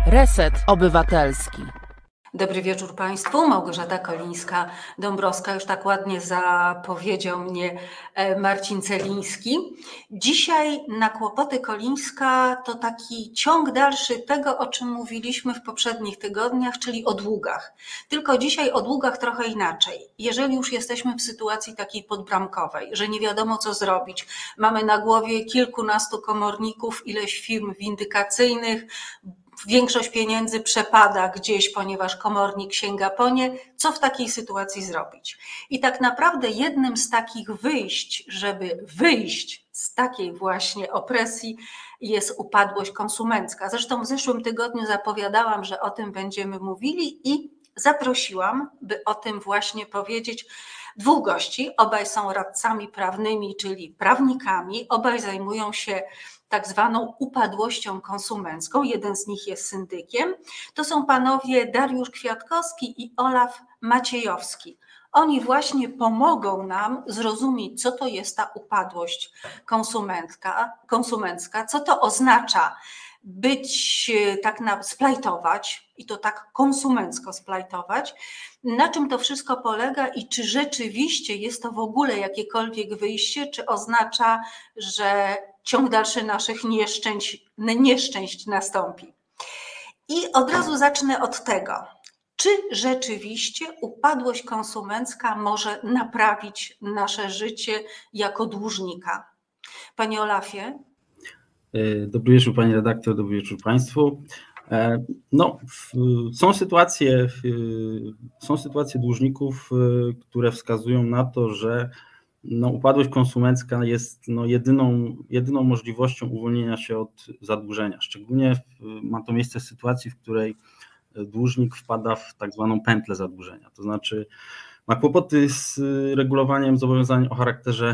Reset Obywatelski. Dobry wieczór Państwu. Małgorzata Kolińska-Dąbrowska. Już tak ładnie zapowiedział mnie Marcin Celiński. Dzisiaj na Kłopoty Kolińska to taki ciąg dalszy tego, o czym mówiliśmy w poprzednich tygodniach, czyli o długach. Tylko dzisiaj o długach trochę inaczej. Jeżeli już jesteśmy w sytuacji takiej podbramkowej, że nie wiadomo co zrobić, mamy na głowie kilkunastu komorników, ileś firm windykacyjnych, większość pieniędzy przepada gdzieś, ponieważ komornik sięga po nie. Co w takiej sytuacji zrobić? I tak naprawdę jednym z takich wyjść, żeby wyjść z takiej właśnie opresji, jest upadłość konsumencka. Zresztą w zeszłym tygodniu zapowiadałam, że o tym będziemy mówili i zaprosiłam, by o tym właśnie powiedzieć, dwóch gości. Obaj są radcami prawnymi, czyli prawnikami. Obaj zajmują się tak zwaną upadłością konsumencką. Jeden z nich jest syndykiem. To są panowie Dariusz Kwiatkowski i Olaf Maciejowski. Oni właśnie pomogą nam zrozumieć, co to jest ta upadłość konsumencka, co to oznacza być splajtować i to tak konsumencko splajtować, na czym to wszystko polega i czy rzeczywiście jest to w ogóle jakiekolwiek wyjście, czy oznacza, że ciąg dalszy naszych nieszczęść nastąpi. I od razu zacznę od tego, czy rzeczywiście upadłość konsumencka może naprawić nasze życie jako dłużnika? Panie Olafie? Dobry wieczór Pani redaktor, dobry wieczór Państwu. Są sytuacje dłużników, które wskazują na to, że upadłość konsumencka jest jedyną możliwością uwolnienia się od zadłużenia. Szczególnie ma to miejsce w sytuacji, w której dłużnik wpada w tak zwaną pętlę zadłużenia. To znaczy ma kłopoty z regulowaniem zobowiązań o charakterze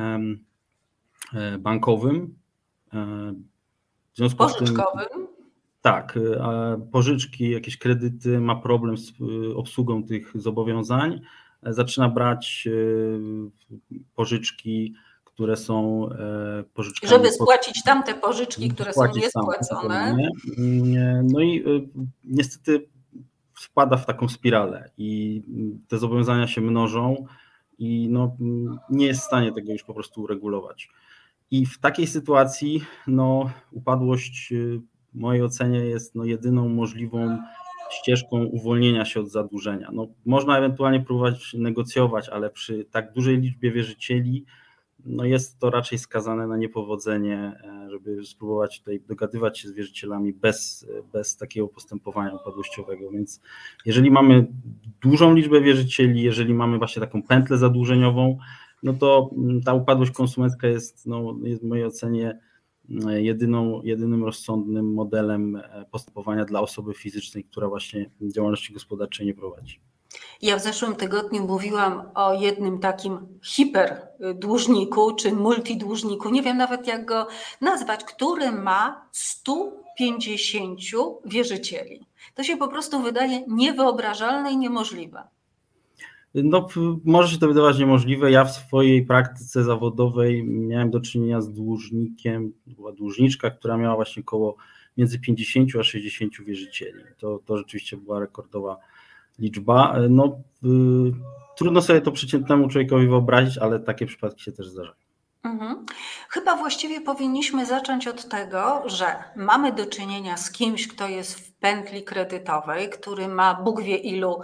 bankowym. W związku z tym, tak, pożyczki, jakieś kredyty, ma problem z obsługą tych zobowiązań. Zaczyna brać pożyczki, które są pożyczkami. Żeby spłacić tamte pożyczki, które są niespłacone. No i niestety wpada w taką spiralę i te zobowiązania się mnożą i nie jest w stanie tego już po prostu uregulować. I w takiej sytuacji upadłość w mojej ocenie jest jedyną możliwą ścieżką uwolnienia się od zadłużenia. Można ewentualnie próbować negocjować, ale przy tak dużej liczbie wierzycieli jest to raczej skazane na niepowodzenie, żeby spróbować tutaj dogadywać się z wierzycielami bez takiego postępowania upadłościowego. Więc jeżeli mamy dużą liczbę wierzycieli, jeżeli mamy właśnie taką pętlę zadłużeniową, to ta upadłość konsumencka jest w mojej ocenie jedynym rozsądnym modelem postępowania dla osoby fizycznej, która właśnie działalności gospodarczej nie prowadzi. Ja w zeszłym tygodniu mówiłam o jednym takim hiperdłużniku czy multidłużniku, nie wiem nawet jak go nazwać, który ma 150 wierzycieli. To się po prostu wydaje niewyobrażalne i niemożliwe. Może się to wydawać niemożliwe. Ja w swojej praktyce zawodowej miałem do czynienia z dłużnikiem, była dłużniczka, która miała właśnie około między 50 a 60 wierzycieli. To rzeczywiście była rekordowa liczba. Trudno sobie to przeciętnemu człowiekowi wyobrazić, ale takie przypadki się też zdarzają. Chyba właściwie powinniśmy zacząć od tego, że mamy do czynienia z kimś, kto jest w pętli kredytowej, który ma Bóg wie ilu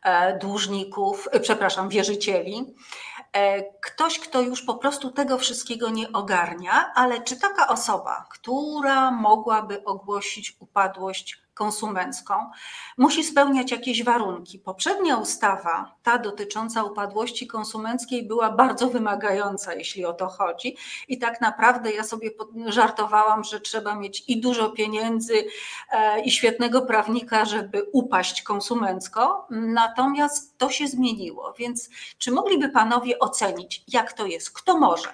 wierzycieli. Ktoś, kto już po prostu tego wszystkiego nie ogarnia, ale czy taka osoba, która mogłaby ogłosić upadłość konsumencką, musi spełniać jakieś warunki? Poprzednia ustawa, ta dotycząca upadłości konsumenckiej, była bardzo wymagająca, jeśli o to chodzi. I tak naprawdę ja sobie żartowałam, że trzeba mieć i dużo pieniędzy, i świetnego prawnika, żeby upaść konsumencko. Natomiast to się zmieniło. Więc czy mogliby panowie ocenić, jak to jest? Kto może?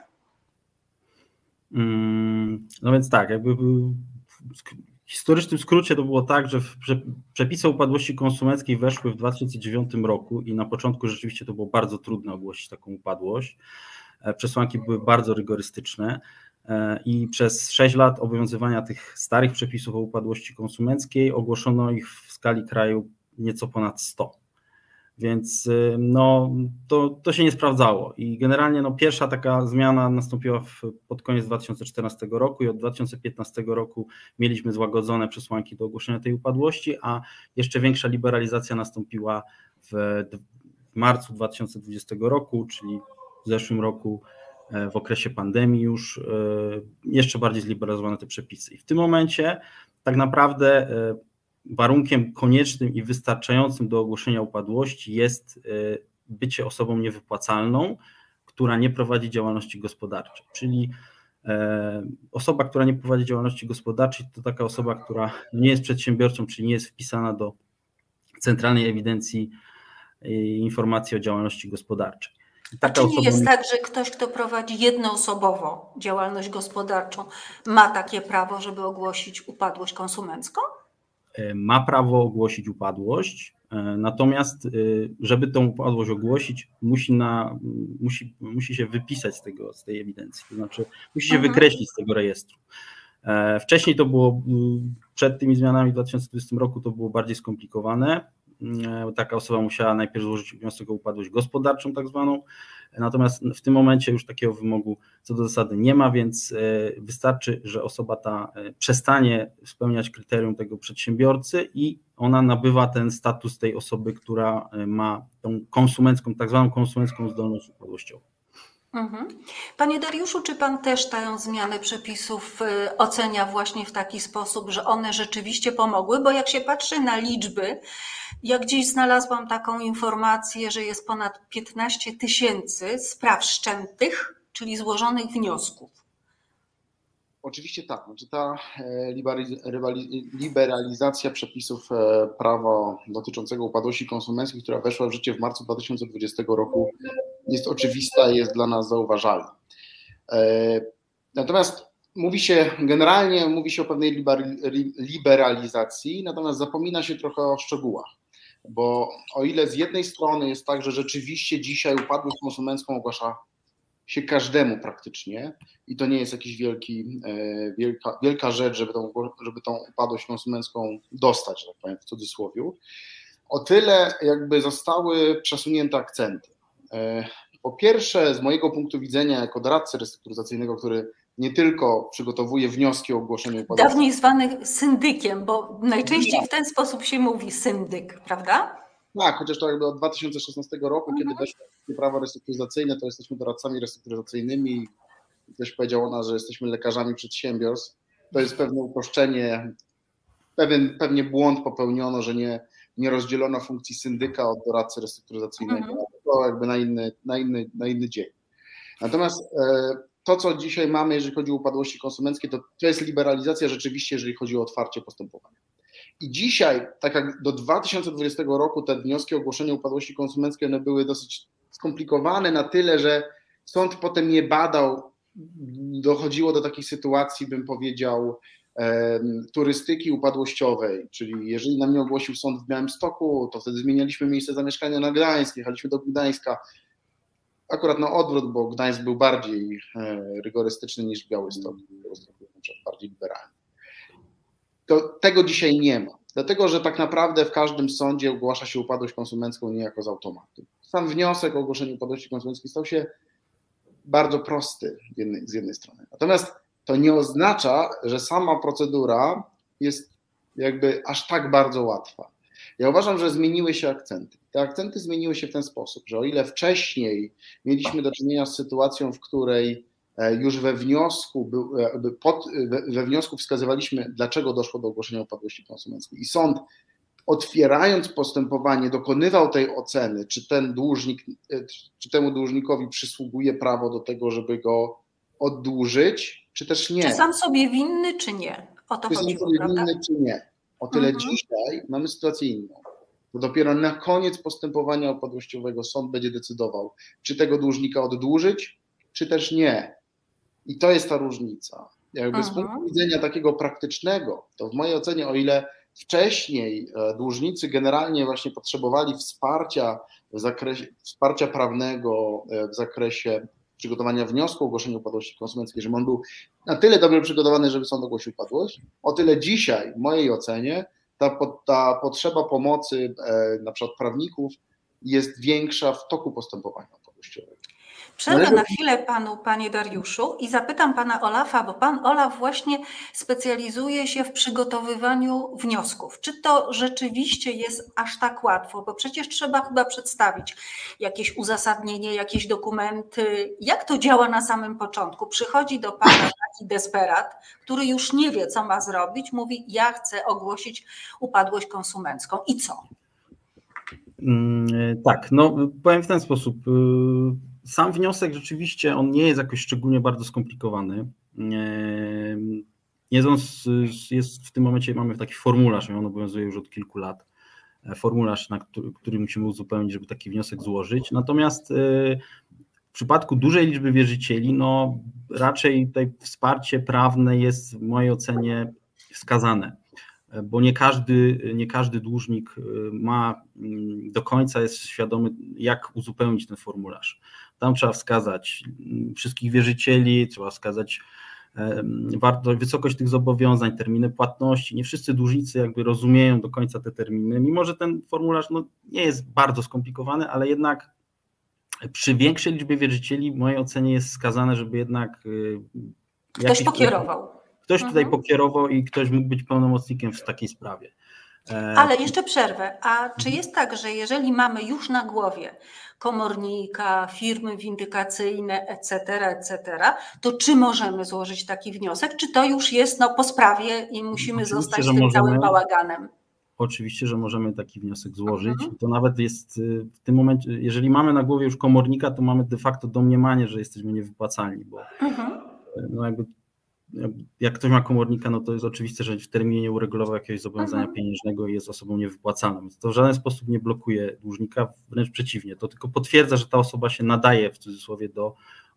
Więc tak, w historycznym skrócie to było tak, że przepisy o upadłości konsumenckiej weszły w 2009 roku i na początku rzeczywiście to było bardzo trudno ogłosić taką upadłość. Przesłanki były bardzo rygorystyczne. i przez 6 lat obowiązywania tych starych przepisów o upadłości konsumenckiej ogłoszono ich w skali kraju nieco ponad 100. Więc no, to się nie sprawdzało i generalnie no, pierwsza taka zmiana nastąpiła pod koniec 2014 roku i od 2015 roku mieliśmy złagodzone przesłanki do ogłoszenia tej upadłości, a jeszcze większa liberalizacja nastąpiła w marcu 2020 roku, czyli w zeszłym roku, w okresie pandemii już jeszcze bardziej zliberalizowane te przepisy. I w tym momencie tak naprawdę warunkiem koniecznym i wystarczającym do ogłoszenia upadłości jest bycie osobą niewypłacalną, która nie prowadzi działalności gospodarczej. Czyli osoba, która nie prowadzi działalności gospodarczej, to taka osoba, która nie jest przedsiębiorcą, czyli nie jest wpisana do Centralnej Ewidencji Informacji o Działalności Gospodarczej. A czy nie jest tak, że ktoś, kto prowadzi jednoosobowo działalność gospodarczą, ma takie prawo, żeby ogłosić upadłość konsumencką? Ma prawo ogłosić upadłość, natomiast żeby tą upadłość ogłosić, musi się wypisać z tej ewidencji, to znaczy musi się wykreślić z tego rejestru. Wcześniej to było, przed tymi zmianami w 2020 roku to było bardziej skomplikowane. Taka osoba musiała najpierw złożyć wniosek o upadłość gospodarczą tak zwaną, natomiast w tym momencie już takiego wymogu co do zasady nie ma, więc wystarczy, że osoba ta przestanie spełniać kryterium tego przedsiębiorcy i ona nabywa ten status tej osoby, która ma tą konsumencką, tak zwaną konsumencką zdolność upadłościową. Panie Dariuszu, czy Pan też tę zmianę przepisów ocenia właśnie w taki sposób, że one rzeczywiście pomogły? Bo jak się patrzy na liczby, ja gdzieś znalazłam taką informację, że jest ponad 15 000 spraw wszczętych, czyli złożonych wniosków. Oczywiście tak. Znaczy ta liberalizacja przepisów prawa dotyczącego upadłości konsumenckiej, która weszła w życie w marcu 2020 roku, jest oczywista i jest dla nas zauważalna. Natomiast generalnie mówi się o pewnej liberalizacji, natomiast zapomina się trochę o szczegółach. Bo o ile z jednej strony jest tak, że rzeczywiście dzisiaj upadłość konsumencką ogłasza się każdemu praktycznie i to nie jest jakaś wielka rzecz, żeby tą upadłość konsumencką dostać, że tak powiem w cudzysłowie, o tyle jakby zostały przesunięte akcenty. Po pierwsze, z mojego punktu widzenia jako doradcy restrukturyzacyjnego, który nie tylko przygotowuje wnioski o ogłoszenie upadłości. Dawniej zwany syndykiem, bo najczęściej w ten sposób się mówi syndyk, prawda? Tak, chociaż to jakby od 2016 roku, kiedy weszło prawo restrukturyzacyjne, to jesteśmy doradcami restrukturyzacyjnymi. Ktoś powiedział o nas, że jesteśmy lekarzami przedsiębiorstw. To jest pewne uproszczenie, pewnie błąd popełniono, że nie rozdzielono funkcji syndyka od doradcy restrukturyzacyjnego. To jakby na inny dzień. Natomiast to, co dzisiaj mamy, jeżeli chodzi o upadłości konsumenckie, to jest liberalizacja rzeczywiście, jeżeli chodzi o otwarcie postępowania. I dzisiaj, tak jak do 2020 roku te wnioski o ogłoszenie upadłości konsumenckiej, one były dosyć skomplikowane na tyle, że sąd potem je badał, dochodziło do takich sytuacji, bym powiedział, turystyki upadłościowej, czyli jeżeli nam nie ogłosił sąd w Białymstoku, to wtedy zmienialiśmy miejsce zamieszkania na Gdańsk, jechaliśmy do Gdańska, akurat na odwrót, bo Gdańsk był bardziej rygorystyczny niż Białystok, bardziej liberalny. Tego dzisiaj nie ma, dlatego że tak naprawdę w każdym sądzie ogłasza się upadłość konsumencką niejako z automatu. Sam wniosek o ogłoszenie upadłości konsumenckiej stał się bardzo prosty z jednej strony. Natomiast to nie oznacza, że sama procedura jest jakby aż tak bardzo łatwa. Ja uważam, że zmieniły się akcenty. Te akcenty zmieniły się w ten sposób, że o ile wcześniej mieliśmy do czynienia z sytuacją, w której już we wniosku wskazywaliśmy, dlaczego doszło do ogłoszenia upadłości konsumenckiej i sąd, otwierając postępowanie, dokonywał tej oceny, czy temu dłużnikowi przysługuje prawo do tego, żeby go oddłużyć, czy też nie. Czy sam sobie winny, czy nie? O to chodziło, sam sobie prawda? winny, czy nie. O tyle dzisiaj mamy sytuację inną. To dopiero na koniec postępowania upadłościowego sąd będzie decydował, czy tego dłużnika oddłużyć, czy też nie. I to jest ta różnica. Jakby z punktu widzenia takiego praktycznego, to w mojej ocenie, o ile wcześniej dłużnicy generalnie właśnie potrzebowali wsparcia prawnego w zakresie przygotowania wniosku o ogłoszenie upadłości konsumenckiej, żeby on był na tyle dobrze przygotowany, żeby sąd ogłosił upadłość, o tyle dzisiaj w mojej ocenie ta potrzeba pomocy na przykład prawników jest większa w toku postępowania upadłościowego. Przerwę na chwilę panu, panie Dariuszu, i zapytam pana Olafa, bo pan Olaf właśnie specjalizuje się w przygotowywaniu wniosków. Czy to rzeczywiście jest aż tak łatwo? Bo przecież trzeba chyba przedstawić jakieś uzasadnienie, jakieś dokumenty. Jak to działa na samym początku? Przychodzi do pana taki desperat, który już nie wie, co ma zrobić, mówi: ja chcę ogłosić upadłość konsumencką. I co? Tak, no powiem w ten sposób. Sam wniosek rzeczywiście on nie jest jakoś szczególnie bardzo skomplikowany. Jest w tym momencie mamy taki formularz, on obowiązuje już od kilku lat. Formularz, który musimy uzupełnić, żeby taki wniosek złożyć. Natomiast w przypadku dużej liczby wierzycieli, no raczej tutaj wsparcie prawne jest w mojej ocenie wskazane, bo nie każdy dłużnik ma do końca, jest świadomy, jak uzupełnić ten formularz. Tam trzeba wskazać wszystkich wierzycieli, trzeba wskazać wysokość tych zobowiązań, terminy płatności. Nie wszyscy dłużnicy jakby rozumieją do końca te terminy, mimo że ten formularz no, nie jest bardzo skomplikowany, ale jednak przy większej liczbie wierzycieli w mojej ocenie jest wskazane, żeby jednak ktoś pokierował. Ktoś tutaj pokierował i ktoś mógł być pełnomocnikiem w takiej sprawie. Ale jeszcze przerwę. A czy jest tak, że jeżeli mamy już na głowie komornika, firmy windykacyjne, etc., to czy możemy złożyć taki wniosek? Czy to już jest po sprawie i musimy zostać z tym całym bałaganem? Oczywiście, że możemy taki wniosek złożyć. To nawet jest w tym momencie, jeżeli mamy na głowie już komornika, to mamy de facto domniemanie, że jesteśmy niewypłacalni, bo no jakby jak ktoś ma komornika, no to jest oczywiste, że w terminie nie uregulował jakiegoś zobowiązania pieniężnego i jest osobą niewypłacaną. Więc to w żaden sposób nie blokuje dłużnika, wręcz przeciwnie. To tylko potwierdza, że ta osoba się nadaje w cudzysłowie do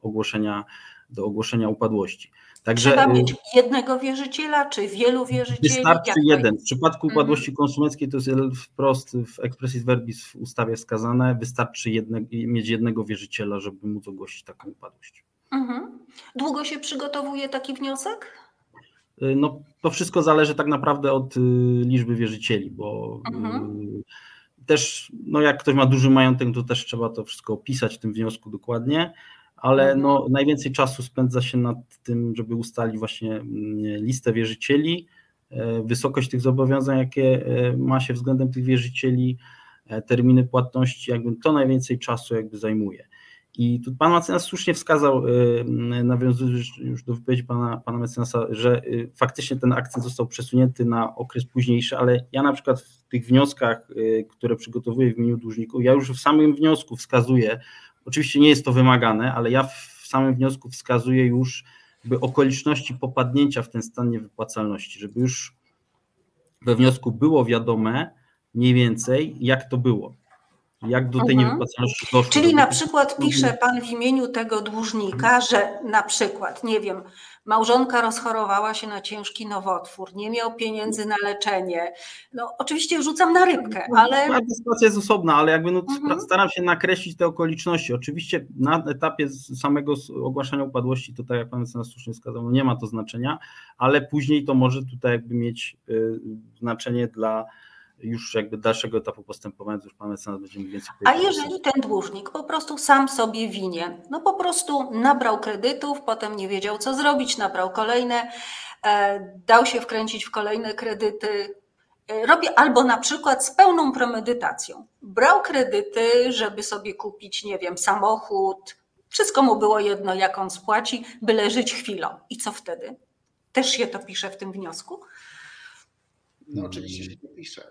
ogłoszenia upadłości. Także trzeba mieć jednego wierzyciela, czy wielu wierzycieli? Wystarczy jeden. W przypadku upadłości konsumenckiej to jest wprost w expressis verbis w ustawie wskazane, wystarczy mieć jednego wierzyciela, żeby móc ogłosić taką upadłość. Długo się przygotowuje taki wniosek? No, to wszystko zależy tak naprawdę od liczby wierzycieli, bo też no, jak ktoś ma duży majątek, to też trzeba to wszystko opisać w tym wniosku dokładnie, ale no, najwięcej czasu spędza się nad tym, żeby ustalić właśnie listę wierzycieli, wysokość tych zobowiązań, jakie ma się względem tych wierzycieli, terminy płatności, jakby to najwięcej czasu jakby zajmuje. I tu pan mecenas słusznie wskazał, nawiązując już do wypowiedzi pana mecenasa, że faktycznie ten akcent został przesunięty na okres późniejszy, ale ja na przykład w tych wnioskach, które przygotowuję w imieniu dłużników, ja już w samym wniosku wskazuję, oczywiście nie jest to wymagane, ale ja w samym wniosku wskazuję już okoliczności popadnięcia w ten stan niewypłacalności, żeby już we wniosku było wiadome mniej więcej, jak to było. Jak do tej niewypłacalności doszło. Czyli na przykład pisze pan w imieniu tego dłużnika, że na przykład, nie wiem, małżonka rozchorowała się na ciężki nowotwór, nie miał pieniędzy na leczenie. No oczywiście rzucam na rybkę, ale... Każda sytuacja jest osobna, ale jakby staram się nakreślić te okoliczności. Oczywiście na etapie samego ogłaszania upadłości, to tak jak pan mecenas słusznie wskazał, no nie ma to znaczenia, ale później to może tutaj jakby mieć znaczenie dla już jakby dalszego etapu postępowania, już pan mecenas będzie mógł więcej powiedzieć. A jeżeli ten dłużnik po prostu sam sobie winien, no po prostu nabrał kredytów, potem nie wiedział, co zrobić, nabrał kolejne, dał się wkręcić w kolejne kredyty, robi albo na przykład z pełną premedytacją. Brał kredyty, żeby sobie kupić, nie wiem, samochód, wszystko mu było jedno, jak on spłaci, byle żyć chwilą. I co wtedy? Też się to pisze w tym wniosku? No oczywiście się to pisze.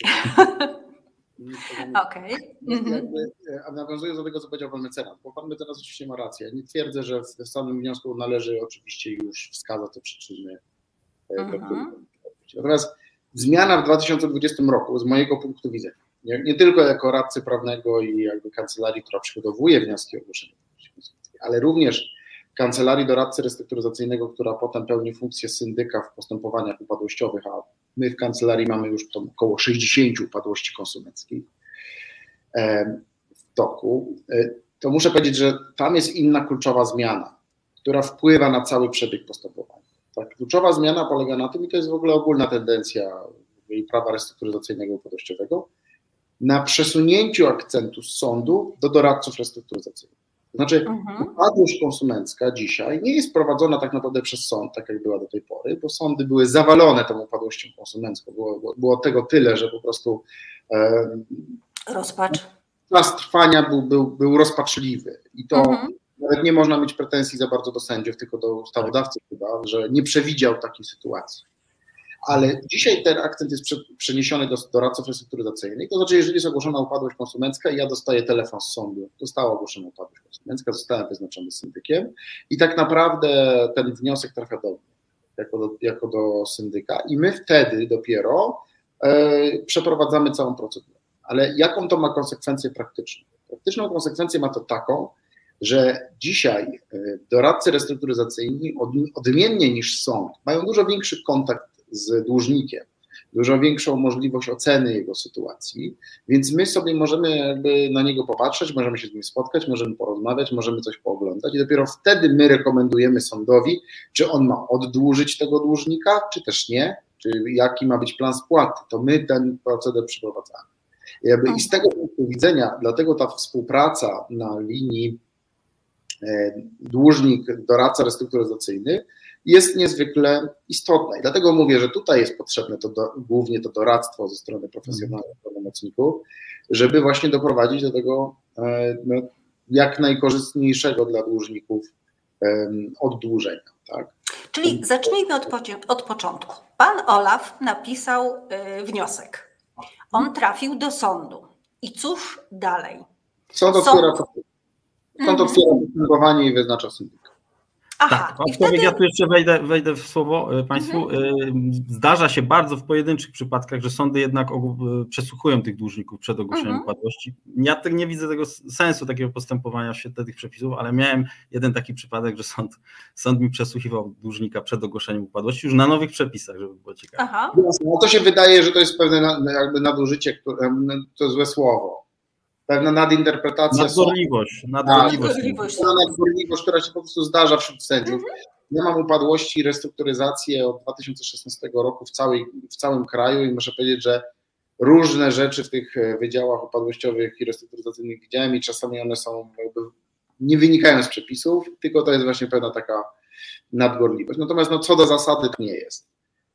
Okej. A nawiązując do tego, co powiedział pan mecenas, bo pan mecenas oczywiście ma rację. Ja nie twierdzę, że w samym wniosku należy oczywiście już wskazać te przyczyny. Natomiast zmiana w 2020 roku z mojego punktu widzenia, nie tylko jako radcy prawnego i jakby kancelarii, która przygotowuje wnioski o ogłoszenie, ale również kancelarii doradcy restrukturyzacyjnego, która potem pełni funkcję syndyka w postępowaniach upadłościowych, a my w kancelarii mamy już około 60 upadłości konsumenckich w toku. to muszę powiedzieć, że tam jest inna kluczowa zmiana, która wpływa na cały przebieg postępowania. Ta kluczowa zmiana polega na tym, i to jest w ogóle ogólna tendencja prawa restrukturyzacyjnego i upadłościowego, na przesunięciu akcentu z sądu do doradców restrukturyzacyjnych. To znaczy, upadłość konsumencka dzisiaj nie jest prowadzona tak naprawdę przez sąd, tak jak była do tej pory, bo sądy były zawalone tą upadłością konsumencką. Było tego tyle, że po prostu rozpacz. Czas trwania był rozpaczliwy i to nawet nie można mieć pretensji za bardzo do sędziów, tylko do ustawodawcy chyba, że nie przewidział takiej sytuacji. Ale dzisiaj ten akcent jest przeniesiony do doradców restrukturyzacyjnych, to znaczy jeżeli jest ogłoszona upadłość konsumencka i ja dostaję telefon z sądu, została ogłoszona upadłość konsumencka, zostałem wyznaczony syndykiem i tak naprawdę ten wniosek trafia do mnie jako do syndyka i my wtedy dopiero przeprowadzamy całą procedurę. Ale jaką to ma konsekwencję praktyczną? Praktyczną konsekwencję ma to taką, że dzisiaj doradcy restrukturyzacyjni odmiennie niż sąd mają dużo większy kontakt z dłużnikiem, dużo większą możliwość oceny jego sytuacji, więc my sobie możemy jakby na niego popatrzeć, możemy się z nim spotkać, możemy porozmawiać, możemy coś pooglądać i dopiero wtedy my rekomendujemy sądowi, czy on ma oddłużyć tego dłużnika, czy też nie, czy jaki ma być plan spłaty. To my ten proceder przeprowadzamy. I z tego punktu widzenia, dlatego ta współpraca na linii dłużnik-doradca restrukturyzacyjny jest niezwykle istotna. I dlatego mówię, że tutaj jest potrzebne głównie to doradztwo ze strony profesjonalnych pełnomocników, żeby właśnie doprowadzić do tego jak najkorzystniejszego dla dłużników oddłużenia. Tak? Czyli zacznijmy od początku. Pan Olaf napisał wniosek. On trafił do sądu. I cóż dalej? Sąd otwiera postępowanie i wyznacza syndyka. Aha, tak, wtedy... Ja tu jeszcze wejdę w słowo Państwu. Zdarza się bardzo w pojedynczych przypadkach, że sądy jednak przesłuchują tych dłużników przed ogłoszeniem upadłości. Ja nie widzę tego sensu takiego postępowania w świetle tych przepisów, ale miałem jeden taki przypadek, że sąd mi przesłuchiwał dłużnika przed ogłoszeniem upadłości już na nowych przepisach, żeby było ciekawe. Aha. No to się wydaje, że to jest pewne jakby nadużycie, to złe słowo. Pewna nadinterpretacja. Nadgorliwość, która się po prostu zdarza wśród sędziów. Ja mam upadłości i restrukturyzację od 2016 roku w całym kraju i muszę powiedzieć, że różne rzeczy w tych wydziałach upadłościowych i restrukturyzacyjnych widziałem i czasami one nie wynikają z przepisów, tylko to jest właśnie pewna taka nadgorliwość. Natomiast co do zasady to nie jest.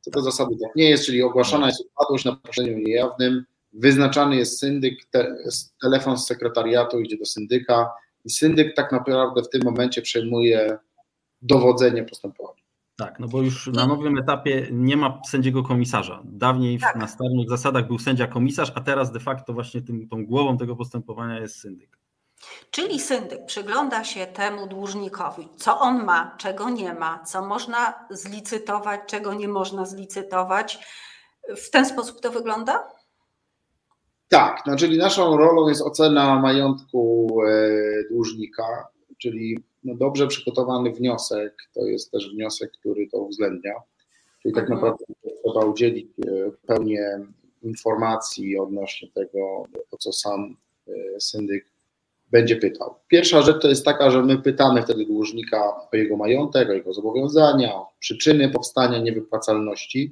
Czyli ogłaszana jest upadłość na posiedzeniu niejawnym, wyznaczany jest syndyk, telefon z sekretariatu idzie do syndyka i syndyk tak naprawdę w tym momencie przejmuje dowodzenie postępowania. Tak, no bo już na nowym etapie nie ma sędziego komisarza. Dawniej na starych zasadach był sędzia komisarz, a teraz de facto właśnie tą głową tego postępowania jest syndyk. Czyli syndyk przygląda się temu dłużnikowi, co on ma, czego nie ma, co można zlicytować, czego nie można zlicytować. W ten sposób to wygląda? Tak, no, czyli naszą rolą jest ocena majątku dłużnika, czyli dobrze przygotowany wniosek, to jest też wniosek, który to uwzględnia, czyli tak naprawdę trzeba udzielić pełnię informacji odnośnie tego, o co sam syndyk będzie pytał. Pierwsza rzecz to jest taka, że my pytamy wtedy dłużnika o jego majątek, o jego zobowiązania, o przyczyny powstania niewypłacalności.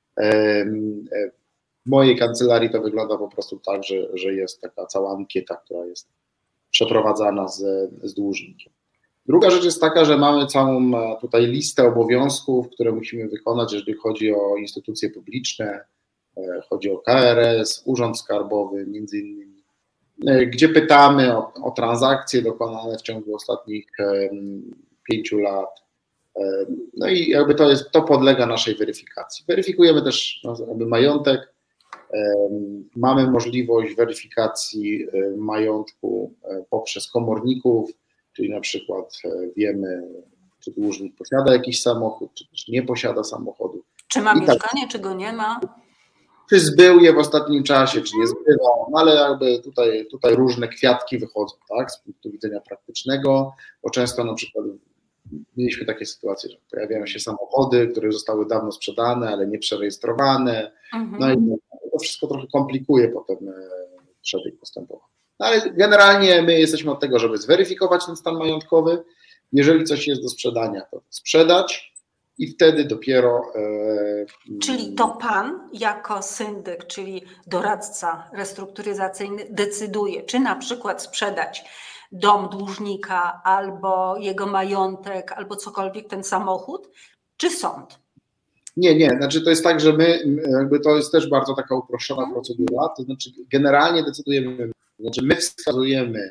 W mojej kancelarii to wygląda po prostu tak, że jest taka cała ankieta, która jest przeprowadzana z dłużnikiem. Druga rzecz jest taka, że mamy całą tutaj listę obowiązków, które musimy wykonać, jeżeli chodzi o instytucje publiczne, chodzi o KRS, Urząd Skarbowy między innymi, gdzie pytamy o transakcje dokonane w ciągu ostatnich 5 lat. No i jakby to podlega naszej weryfikacji. Weryfikujemy też jakby majątek. Mamy możliwość weryfikacji majątku poprzez komorników, czyli na przykład wiemy, czy dłużnik posiada jakiś samochód, czy też nie posiada samochodu. Czy ma mieszkanie, czy go nie ma? Czy zbył je w ostatnim czasie, czy nie zbywał, no ale jakby tutaj różne kwiatki wychodzą, tak, z punktu widzenia praktycznego, bo często na przykład mieliśmy takie sytuacje, że pojawiają się samochody, które zostały dawno sprzedane, ale nie przerejestrowane, no i to wszystko trochę komplikuje potem przebieg postępowania. No ale generalnie my jesteśmy od tego, żeby zweryfikować ten stan majątkowy. Jeżeli coś jest do sprzedania, to sprzedać i wtedy dopiero... Czyli to pan jako syndyk, czyli doradca restrukturyzacyjny decyduje, czy na przykład sprzedać dom dłużnika albo jego majątek, albo cokolwiek, ten samochód, czy sąd? Nie, znaczy to jest tak, że my, jakby to jest też bardzo taka uproszczona procedura, to znaczy generalnie decydujemy, znaczy my wskazujemy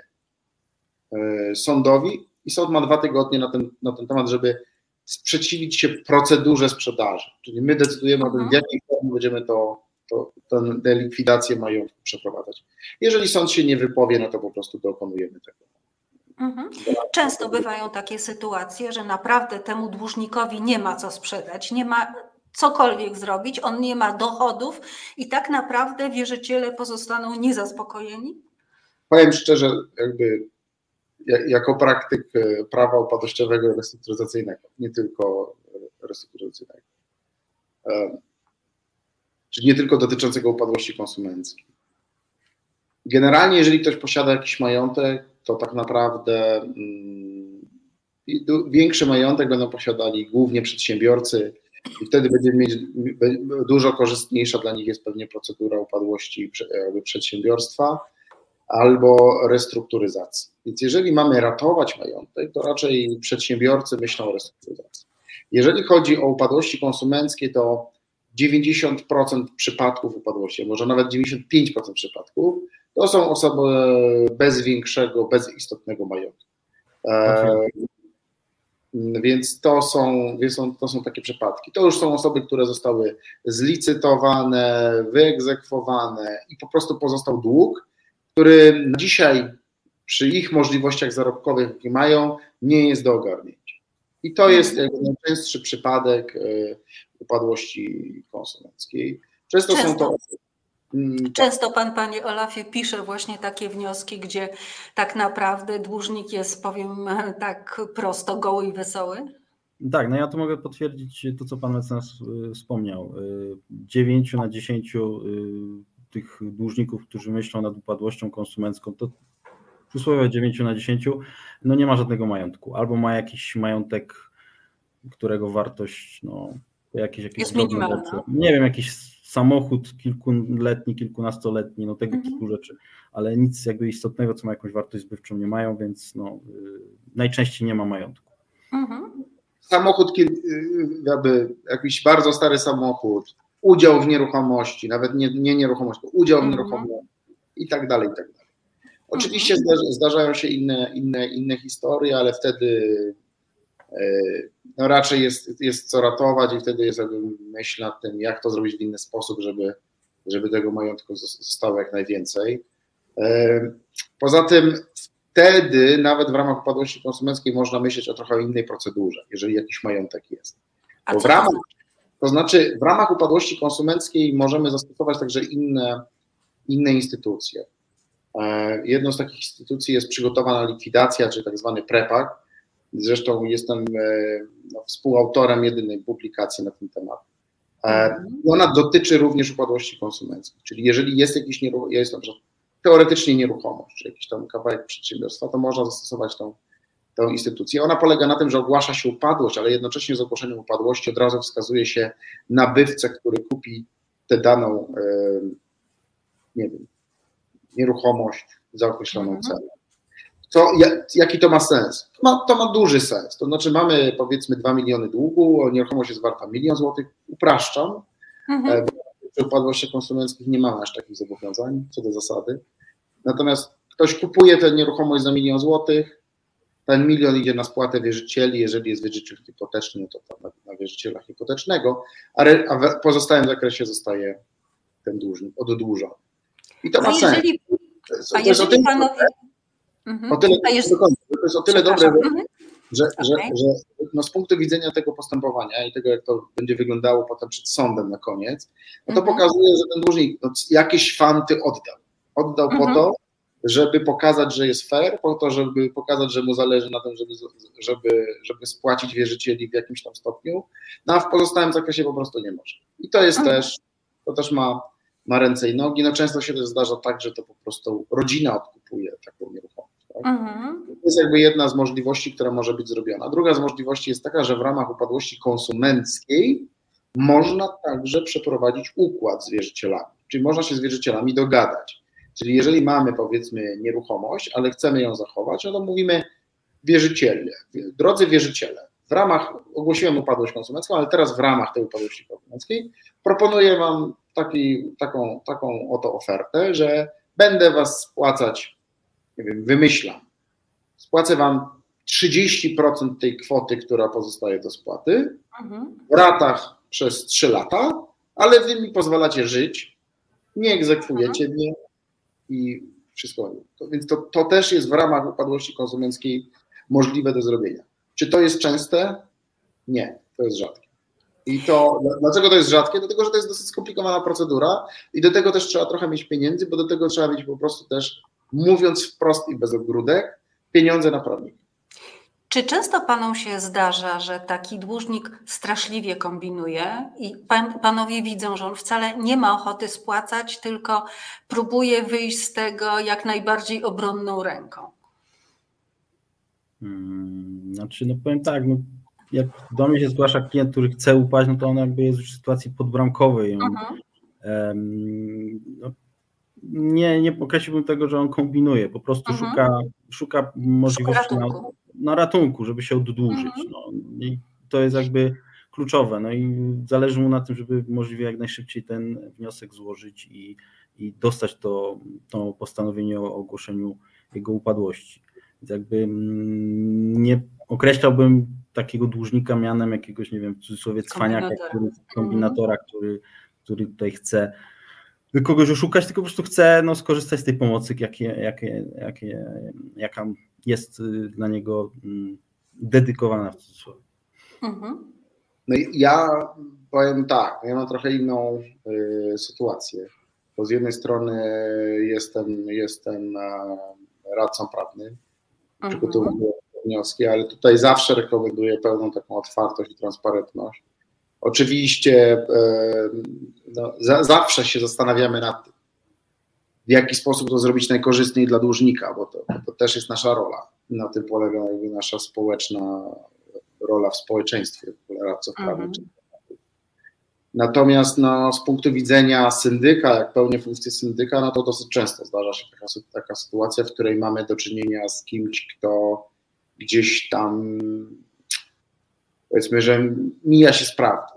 sądowi i sąd ma 2 tygodnie na ten temat, żeby sprzeciwić się procedurze sprzedaży, czyli my decydujemy o tym, w jakiej formie będziemy tę likwidację majątku przeprowadzać. Jeżeli sąd się nie wypowie, no to po prostu dokonujemy tego. Często bywają takie sytuacje, że naprawdę temu dłużnikowi nie ma co sprzedać, nie ma cokolwiek zrobić, on nie ma dochodów i tak naprawdę wierzyciele pozostaną niezaspokojeni? Powiem szczerze, jakby jako praktyk prawa upadłościowego i restrukturyzacyjnego, nie tylko restrukturyzacyjnego, czyli nie tylko dotyczącego upadłości konsumenckiej. Generalnie, jeżeli ktoś posiada jakiś majątek, to tak naprawdę większy majątek będą posiadali głównie przedsiębiorcy i wtedy będziemy mieć dużo korzystniejsza dla nich jest pewnie procedura upadłości przedsiębiorstwa albo restrukturyzacji. Więc jeżeli mamy ratować majątek, to raczej przedsiębiorcy myślą o restrukturyzacji. Jeżeli chodzi o upadłości konsumenckie, to 90% przypadków upadłości, może nawet 95% przypadków, to są osoby bez większego, bez istotnego majątku. Więc to są takie przypadki. To już są osoby, które zostały zlicytowane, wyegzekwowane i po prostu pozostał dług, który dzisiaj przy ich możliwościach zarobkowych, jakie mają, nie jest do ogarnięcia. I to jest najczęstszy przypadek upadłości konsumenckiej. Często pan, panie Olafie, pisze właśnie takie wnioski, gdzie tak naprawdę dłużnik jest, powiem tak prosto, goły i wesoły? Tak, no ja tu mogę potwierdzić to, co pan mecenas wspomniał. 9 na 10 tych dłużników, którzy myślą nad upadłością konsumencką, to przysłowiowe 9 na 10, no nie ma żadnego majątku. Albo ma jakiś majątek, którego wartość, no jakieś jest minimalna. Nie wiem, jakiś samochód kilkuletni, kilkunastoletni, no tego typu rzeczy, ale nic jakby istotnego, co ma jakąś wartość zbywczą, nie mają, więc no, najczęściej nie ma majątku. Samochód, jakby jakiś bardzo stary samochód, udział w nieruchomości, nawet nie nieruchomość, tylko udział w nieruchomości i tak dalej, i tak dalej. Oczywiście zdarzają się inne historie, ale wtedy no raczej jest co ratować i wtedy jest jakby myśl nad tym, jak to zrobić w inny sposób, żeby tego majątku zostało jak najwięcej. Poza tym wtedy nawet w ramach upadłości konsumenckiej można myśleć o trochę innej procedurze, jeżeli jakiś majątek jest. Bo w ramach upadłości konsumenckiej możemy zastosować także inne instytucje. Jedną z takich instytucji jest przygotowana likwidacja, czy tak zwany prepak. Zresztą jestem współautorem jedynej publikacji na ten temat. I ona dotyczy również upadłości konsumenckiej, czyli jeżeli jest jest na przykład teoretycznie nieruchomość, czy jakiś tam kawałek przedsiębiorstwa, to można zastosować tą instytucję. Ona polega na tym, że ogłasza się upadłość, ale jednocześnie z ogłoszeniem upadłości od razu wskazuje się nabywcę, który kupi tę daną, nie wiem, nieruchomość za określoną cenę. Jaki to ma sens? To ma duży sens. To znaczy mamy powiedzmy 2 miliony długu, nieruchomość jest warta 1 000 000 złotych, upraszczam, bo przy upadłościach konsumenckich nie mamy aż takich zobowiązań co do zasady. Natomiast ktoś kupuje tę nieruchomość za 1 000 000 złotych, ten 1 milion idzie na spłatę wierzycieli, jeżeli jest wierzyciel hipoteczny, no to tam na wierzyciela hipotecznego, a w pozostałym zakresie zostaje ten dłużnik oddłużony. I to ma sens. To jest o tyle dobre, że no z punktu widzenia tego postępowania i tego, jak to będzie wyglądało potem przed sądem na koniec, no to pokazuje, że ten dłużnik jakieś fanty oddał po to, żeby pokazać, że jest fair, po to, żeby pokazać, że mu zależy na tym, żeby spłacić wierzycieli w jakimś tam stopniu, no a w pozostałym zakresie po prostu nie może. I to jest też ma ma ręce i nogi. No często się też zdarza tak, że to po prostu rodzina odkupuje taką nieruchomość. Tak? To jest jakby jedna z możliwości, która może być zrobiona. Druga z możliwości jest taka, że w ramach upadłości konsumenckiej można także przeprowadzić układ z wierzycielami, czyli można się z wierzycielami dogadać. Czyli jeżeli mamy, powiedzmy, nieruchomość, ale chcemy ją zachować, no to mówimy wierzyciele, drodzy wierzyciele, w ramach, ogłosiłem upadłość konsumencką, ale teraz w ramach tej upadłości konsumenckiej proponuję Wam taką oto ofertę, że będę Was spłacać, nie wiem, wymyślam, spłacę Wam 30% tej kwoty, która pozostaje do spłaty, w ratach przez 3 lata, ale Wy mi pozwalacie żyć, nie egzekwujecie mnie i wszystko. Więc to też jest w ramach upadłości konsumenckiej możliwe do zrobienia. Czy to jest częste? Nie, to jest rzadkie. I dlaczego to jest rzadkie? Dlatego, że to jest dosyć skomplikowana procedura i do tego też trzeba trochę mieć pieniędzy, bo do tego trzeba mieć po prostu też, mówiąc wprost i bez ogródek, pieniądze na prawnika. Czy często Panom się zdarza, że taki dłużnik straszliwie kombinuje i Panowie widzą, że on wcale nie ma ochoty spłacać, tylko próbuje wyjść z tego jak najbardziej obronną ręką? Znaczy, no powiem tak, no, jak do mnie się zgłasza klient, który chce upaść, no to on jakby jest już w sytuacji podbramkowej. Nie określiłbym tego, że on kombinuje, po prostu szuka możliwości na ratunku, żeby się oddłużyć. No. I to jest jakby kluczowe. No i zależy mu na tym, żeby możliwie jak najszybciej ten wniosek złożyć i dostać to postanowienie o ogłoszeniu jego upadłości. Więc jakby nie określałbym takiego dłużnika mianem jakiegoś, nie wiem, w cudzysłowie cwaniaka, kombinatora, który tutaj chce kogoś oszukać, tylko po prostu chce skorzystać z tej pomocy, jaka jest dla niego dedykowana w cudzysłowie. No i ja powiem tak, ja mam trochę inną sytuację, bo z jednej strony jestem radcą prawnym, przygotowuję wnioski, ale tutaj zawsze rekomenduję pełną taką otwartość i transparentność. Oczywiście zawsze się zastanawiamy nad tym, w jaki sposób to zrobić najkorzystniej dla dłużnika, bo to też jest nasza rola. Na tym polega jakby nasza społeczna rola w społeczeństwie radców prawnych. Natomiast z punktu widzenia syndyka, jak pełnię funkcję syndyka, no to dosyć często zdarza się taka sytuacja, w której mamy do czynienia z kimś, kto gdzieś tam, powiedzmy, że mija się z prawdą,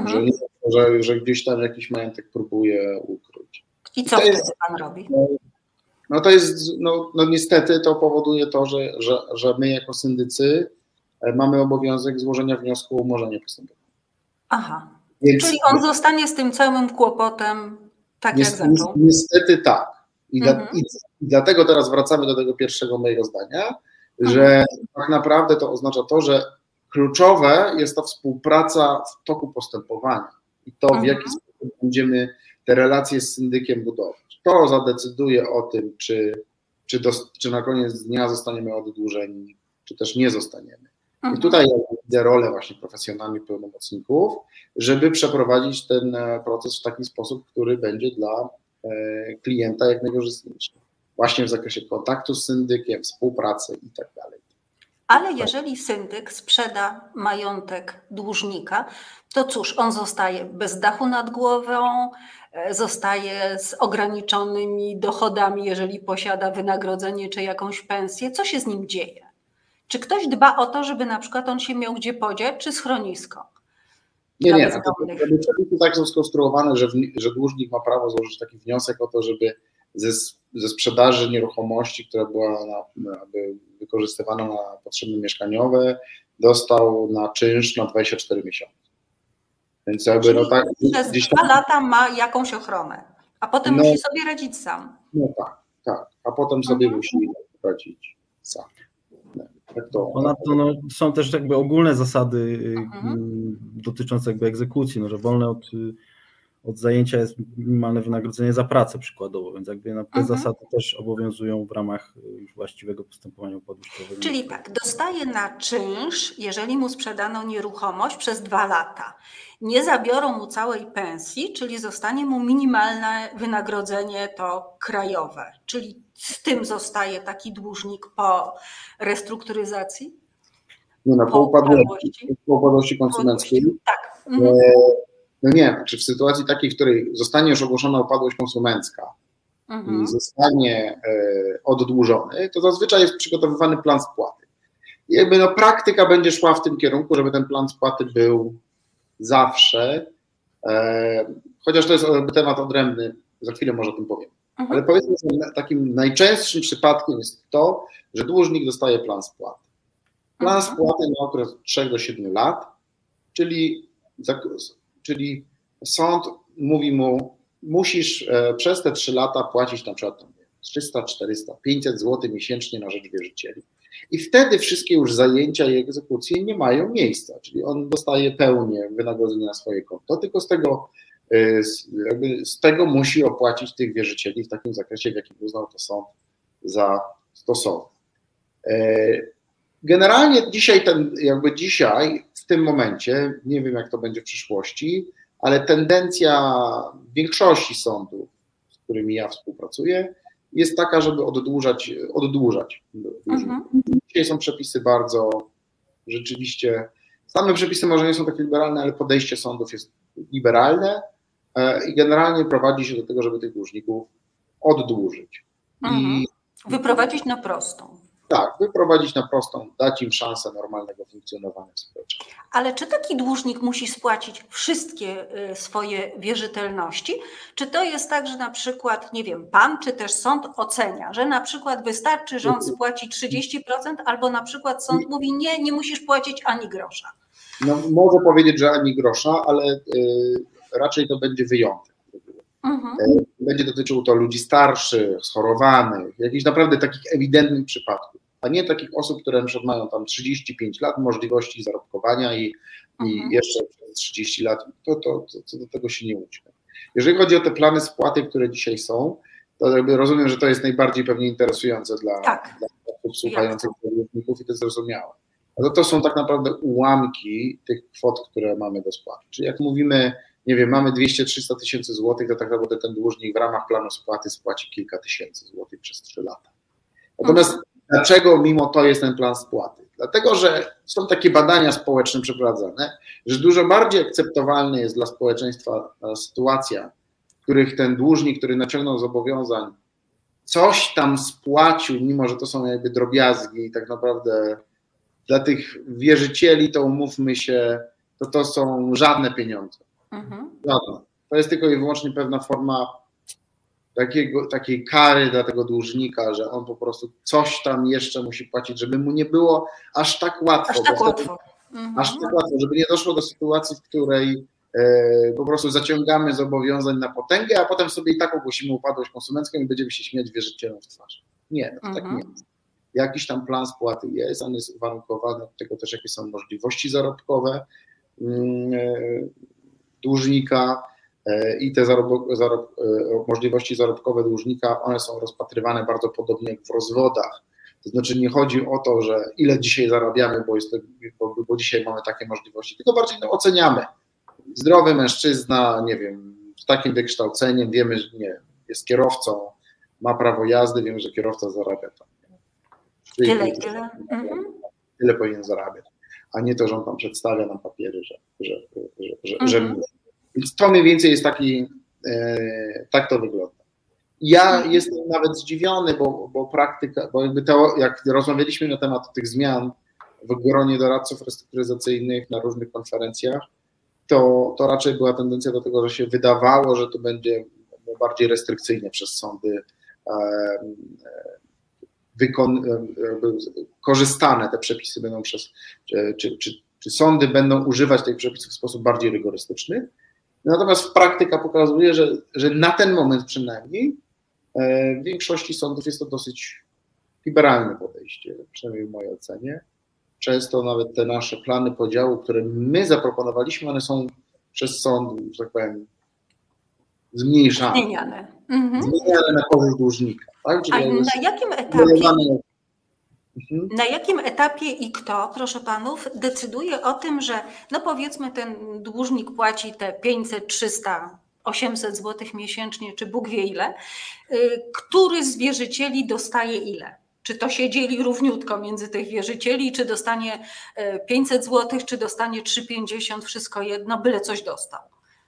że gdzieś tam jakiś majątek próbuje ukryć. I co wtedy Pan robi? No to jest, niestety to powoduje to, że my jako syndycy mamy obowiązek złożenia wniosku o umorzenie postępowania. Aha. Czyli on zostanie z tym całym kłopotem tak jak zaczął? Niestety tak. I dlatego teraz wracamy do tego pierwszego mojego zdania, że tak naprawdę to oznacza to, że kluczowe jest ta współpraca w toku postępowania i to, w jaki sposób będziemy te relacje z syndykiem budować. To zadecyduje o tym, czy na koniec dnia zostaniemy oddłużeni, czy też nie zostaniemy. I tutaj ja widzę rolę właśnie profesjonalnych pełnomocników, żeby przeprowadzić ten proces w taki sposób, który będzie dla klienta jak najkorzystniejszy. Właśnie w zakresie kontaktu z syndykiem, współpracy i tak dalej. Ale jeżeli syndyk sprzeda majątek dłużnika, to cóż, on zostaje bez dachu nad głową, zostaje z ograniczonymi dochodami, jeżeli posiada wynagrodzenie czy jakąś pensję. Co się z nim dzieje? Czy ktoś dba o to, żeby na przykład on się miał gdzie podziać, czy schronisko? Nie. Przepisy tak są skonstruowane, że dłużnik ma prawo złożyć taki wniosek o to, żeby ze sprzedaży nieruchomości, która była wykorzystywana na potrzeby mieszkaniowe, dostał na czynsz na 24 miesiące. Więc jakby przez 2 lata ma jakąś ochronę, a potem musi sobie radzić sam. No tak. A potem sobie musi radzić sam. Ponadto są też jakby ogólne zasady dotyczące jakby egzekucji, że wolne od zajęcia jest minimalne wynagrodzenie za pracę przykładowo, więc jakby te zasady też obowiązują w ramach już właściwego postępowania upadłościowego. Czyli tak, dostaje na czynsz, jeżeli mu sprzedano nieruchomość przez 2 lata. Nie zabiorą mu całej pensji, czyli zostanie mu minimalne wynagrodzenie to krajowe. Czyli z tym zostaje taki dłużnik po restrukturyzacji? Nie no, po upadłości konsumenckiej. Tak. No nie, czy w sytuacji takiej, w której zostanie już ogłoszona upadłość konsumencka i zostanie oddłużony, to zazwyczaj jest przygotowywany plan spłaty. I jakby no praktyka będzie szła w tym kierunku, żeby ten plan spłaty był zawsze, chociaż to jest temat odrębny, za chwilę może o tym powiem. Ale powiedzmy, że takim najczęstszym przypadkiem jest to, że dłużnik dostaje plan spłaty. Plan spłaty na okres od 3 do 7 lat, czyli sąd mówi mu, musisz przez te 3 lata płacić na przykład 300, 400, 500 zł miesięcznie na rzecz wierzycieli. I wtedy wszystkie już zajęcia i egzekucje nie mają miejsca, czyli on dostaje pełnię wynagrodzenia na swoje konto, tylko z tego musi opłacić tych wierzycieli w takim zakresie, w jakim uznał to sąd za stosowne. Generalnie dzisiaj, w tym momencie, nie wiem jak to będzie w przyszłości, ale tendencja większości sądów, z którymi ja współpracuję, jest taka, żeby oddłużać. Dzisiaj są przepisy bardzo, rzeczywiście, same przepisy może nie są takie liberalne, ale podejście sądów jest liberalne i generalnie prowadzi się do tego, żeby tych dłużników oddłużyć. I wyprowadzić na prostą. Tak, wyprowadzić na prostą, dać im szansę normalnego funkcjonowania w społeczeństwie. Ale czy taki dłużnik musi spłacić wszystkie swoje wierzytelności? Czy to jest tak, że na przykład, nie wiem, pan czy też sąd ocenia, że na przykład wystarczy, że on spłaci 30%, albo na przykład sąd mówi nie musisz płacić ani grosza? No, mogę powiedzieć, że ani grosza, ale raczej to będzie wyjątek. Będzie dotyczyło to ludzi starszych, schorowanych, jakichś naprawdę takich ewidentnych przypadków, a nie takich osób, które na przykład mają tam 35 lat możliwości zarobkowania i jeszcze przez 30 lat, to do tego się nie łudźmy. Jeżeli chodzi o te plany spłaty, które dzisiaj są, to jakby rozumiem, że to jest najbardziej pewnie interesujące dla osób słuchających dłużników i to jest zrozumiałe. No to są tak naprawdę ułamki tych kwot, które mamy do spłaty. Czyli jak mówimy, nie wiem, mamy 200-300 tysięcy złotych, to tak naprawdę ten dłużnik w ramach planu spłaty spłaci kilka tysięcy złotych przez 3 lata. Natomiast dlaczego mimo to jest ten plan spłaty? Dlatego, że są takie badania społeczne przeprowadzane, że dużo bardziej akceptowalna jest dla społeczeństwa sytuacja, w których ten dłużnik, który naciągnął zobowiązań, coś tam spłacił, mimo że to są jakby drobiazgi i tak naprawdę dla tych wierzycieli, to umówmy się, to są żadne pieniądze. Żadne. To jest tylko i wyłącznie pewna forma takiej kary dla tego dłużnika, że on po prostu coś tam jeszcze musi płacić, żeby mu nie było aż tak łatwo. Aż tak łatwo, żeby nie doszło do sytuacji, w której po prostu zaciągamy zobowiązań na potęgę, a potem sobie i tak ogłosimy upadłość konsumencką i będziemy się śmiać wierzycielom w twarz. Nie, tak nie jest. Jakiś tam plan spłaty jest, on jest uwarunkowany od tego też, jakie są możliwości zarobkowe dłużnika i te możliwości zarobkowe dłużnika, one są rozpatrywane bardzo podobnie jak w rozwodach. To znaczy nie chodzi o to, że ile dzisiaj zarabiamy, bo dzisiaj mamy takie możliwości, tylko bardziej oceniamy. Zdrowy mężczyzna, nie wiem, z takim wykształceniem, wiemy, że nie, jest kierowcą, ma prawo jazdy, wiemy, że kierowca zarabia tam. Tyle powinien zarabiać, a nie to, że on tam przedstawia nam papiery, że więc to mniej więcej jest tak to wygląda. Ja jestem nawet zdziwiony, bo praktyka, bo jakby to, jak rozmawialiśmy na temat tych zmian w gronie doradców restrukturyzacyjnych na różnych konferencjach, to raczej była tendencja do tego, że się wydawało, że to będzie bardziej restrykcyjnie przez sądy korzystane, te przepisy będą czy sądy będą używać tych przepisów w sposób bardziej rygorystyczny. Natomiast praktyka pokazuje, że na ten moment przynajmniej w większości sądów jest to dosyć liberalne podejście, przynajmniej w mojej ocenie. Często nawet te nasze plany podziału, które my zaproponowaliśmy, one są przez sąd, że tak powiem, zmniejszane. Zmieniane. Zmieniane na korzyść dłużnika. Tak? A Czyli na jakim etapie? Na jakim etapie i kto, proszę panów, decyduje o tym, że no powiedzmy ten dłużnik płaci te 500, 300, 800 zł miesięcznie, czy Bóg wie ile, który z wierzycieli dostaje ile? Czy to się dzieli równiutko między tych wierzycieli, czy dostanie 500 zł, czy dostanie 3,50, wszystko jedno, byle coś dostał?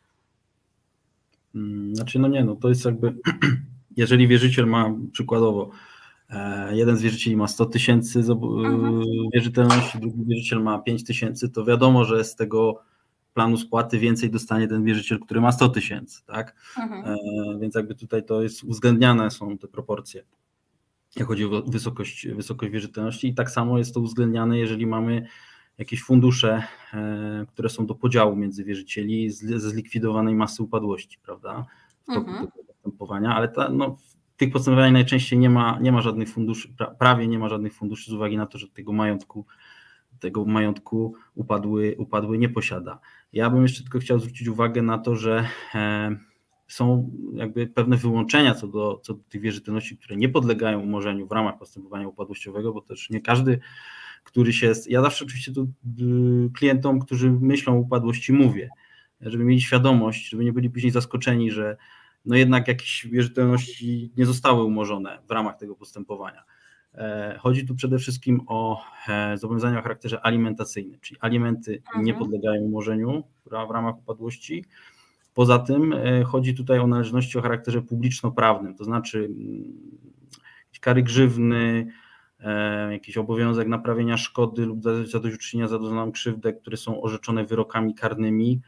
Znaczy, no nie, no to jest jakby, jeżeli wierzyciel ma przykładowo, jeden z wierzycieli ma 100 000 wierzytelności, drugi wierzyciel ma 5 000, to wiadomo, że z tego planu spłaty więcej dostanie ten wierzyciel, który ma 100 000, tak? Więc jakby tutaj to jest uwzględniane są te proporcje, jak chodzi o wysokość wierzytelności, i tak samo jest to uwzględniane, jeżeli mamy jakieś fundusze, które są do podziału między wierzycieli ze zlikwidowanej masy upadłości, prawda, w toku tego postępowania, ale w tych postępowaniach najczęściej nie ma żadnych funduszy, prawie nie ma żadnych funduszy z uwagi na to, że tego majątku upadły nie posiada. Ja bym jeszcze tylko chciał zwrócić uwagę na to, że są jakby pewne wyłączenia co do tych wierzytelności, które nie podlegają umorzeniu w ramach postępowania upadłościowego, bo też nie każdy, ja zawsze oczywiście tu klientom, którzy myślą o upadłości, mówię, żeby mieli świadomość, żeby nie byli później zaskoczeni, że no jednak jakieś wierzytelności nie zostały umorzone w ramach tego postępowania. Chodzi tu przede wszystkim o zobowiązania o charakterze alimentacyjnym, czyli alimenty nie podlegają umorzeniu w ramach upadłości. Poza tym chodzi tutaj o należności o charakterze publiczno-prawnym, to znaczy jakieś kary grzywny, jakiś obowiązek naprawienia szkody lub zadośćuczynienia za doznaną krzywdę, które są orzeczone wyrokami karnymi.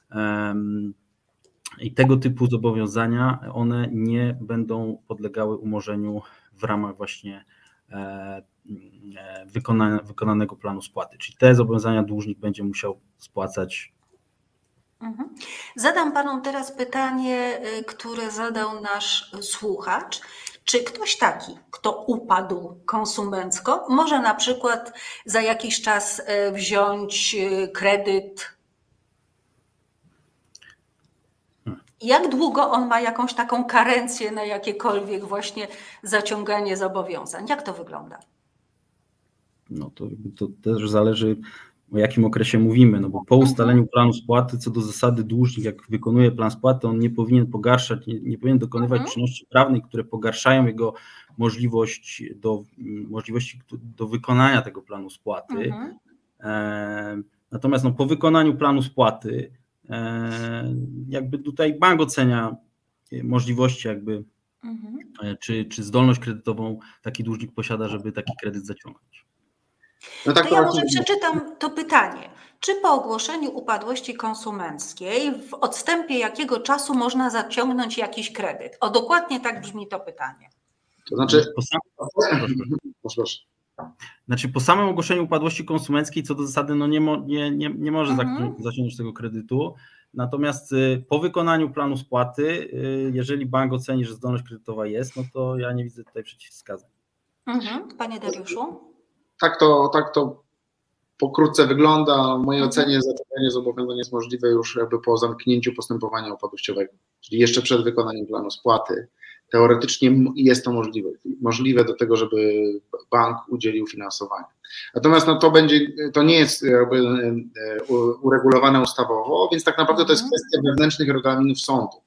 I tego typu zobowiązania, one nie będą podlegały umorzeniu w ramach właśnie wykonanego planu spłaty. Czyli te zobowiązania dłużnik będzie musiał spłacać. Zadam panom teraz pytanie, które zadał nasz słuchacz. Czy ktoś taki, kto upadł konsumencko, może na przykład za jakiś czas wziąć kredyt? Jak długo on ma jakąś taką karencję na jakiekolwiek właśnie zaciąganie zobowiązań? Jak to wygląda? No to też zależy, o jakim okresie mówimy, no bo po ustaleniu planu spłaty, co do zasady dłużnik, jak wykonuje plan spłaty, on nie powinien pogarszać, nie powinien dokonywać czynności prawnych, które pogarszają jego możliwości do wykonania tego planu spłaty. Natomiast po wykonaniu planu spłaty jakby tutaj bank ocenia możliwości jakby, czy zdolność kredytową taki dłużnik posiada, żeby taki kredyt zaciągnąć. No tak, to ja może przeczytam to pytanie. Czy po ogłoszeniu upadłości konsumenckiej w odstępie jakiego czasu można zaciągnąć jakiś kredyt? O, dokładnie tak brzmi to pytanie. To znaczy... Znaczy po samym ogłoszeniu upadłości konsumenckiej co do zasady nie może zaciągnąć tego kredytu, natomiast po wykonaniu planu spłaty, jeżeli bank oceni, że zdolność kredytowa jest, no to ja nie widzę tutaj przeciwwskazań. Panie Dariuszu? Tak to pokrótce wygląda. W mojej ocenie zaciągnięcie zobowiązań jest możliwe już jakby po zamknięciu postępowania upadłościowego, czyli jeszcze przed wykonaniem planu spłaty. Teoretycznie jest to możliwe do tego, żeby bank udzielił finansowania. Natomiast to nie jest jakby uregulowane ustawowo, więc tak naprawdę to jest kwestia wewnętrznych regulaminów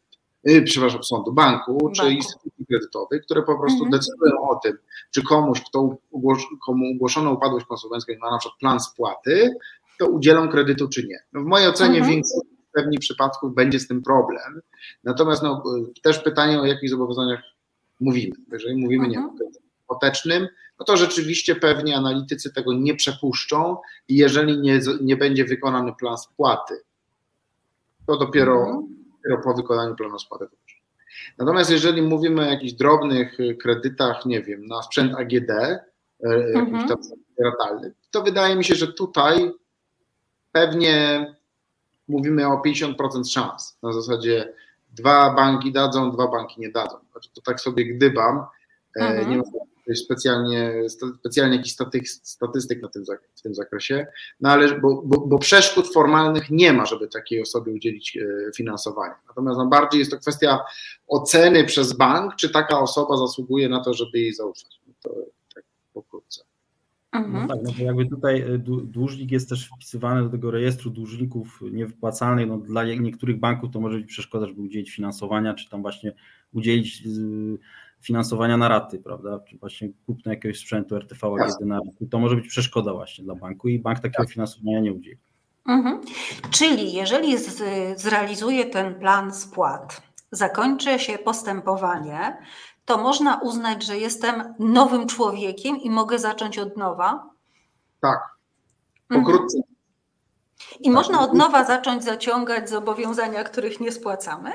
banku czy instytucji kredytowych, które po prostu decydują o tym, czy komuś, komu ogłoszono upadłość konsumencką i ma na przykład plan spłaty, to udzielą kredytu czy nie. No w mojej ocenie w większości pewnych przypadków będzie z tym problem. Natomiast też pytanie, o jakich zobowiązaniach mówimy. Jeżeli mówimy nie o kredycie hipotecznym, no to rzeczywiście pewnie analitycy tego nie przepuszczą i jeżeli nie będzie wykonany plan spłaty, to dopiero po wykonaniu planu spłaty. Natomiast jeżeli mówimy o jakichś drobnych kredytach, nie wiem, na sprzęt AGD, jakiś tam ratalny, to wydaje mi się, że tutaj pewnie mówimy o 50% szans. Na zasadzie 2 banki dadzą, 2 banki nie dadzą. Znaczy, to tak sobie gdybam, nie mam specjalnie jakiś statystyk w tym zakresie, no ale bo przeszkód formalnych nie ma, żeby takiej osobie udzielić finansowania. Natomiast bardziej jest to kwestia oceny przez bank, czy taka osoba zasługuje na to, żeby jej zaufać. No to tak pokrótce. No tak, no bo jakby tutaj dłużnik jest też wpisywany do tego rejestru dłużników niewypłacalnych. No dla niektórych banków to może być przeszkoda, żeby udzielić finansowania, czy tam właśnie udzielić finansowania na raty, prawda? Czy właśnie kupno jakiegoś sprzętu RTV AGD na raty. To może być przeszkoda właśnie dla banku i bank takiego finansowania nie udzieli. Czyli jeżeli zrealizuje ten plan spłat, zakończy się postępowanie, to można uznać, że jestem nowym człowiekiem i mogę zacząć od nowa? Tak, pokrótce. I można od nowa zacząć zaciągać zobowiązania, których nie spłacamy?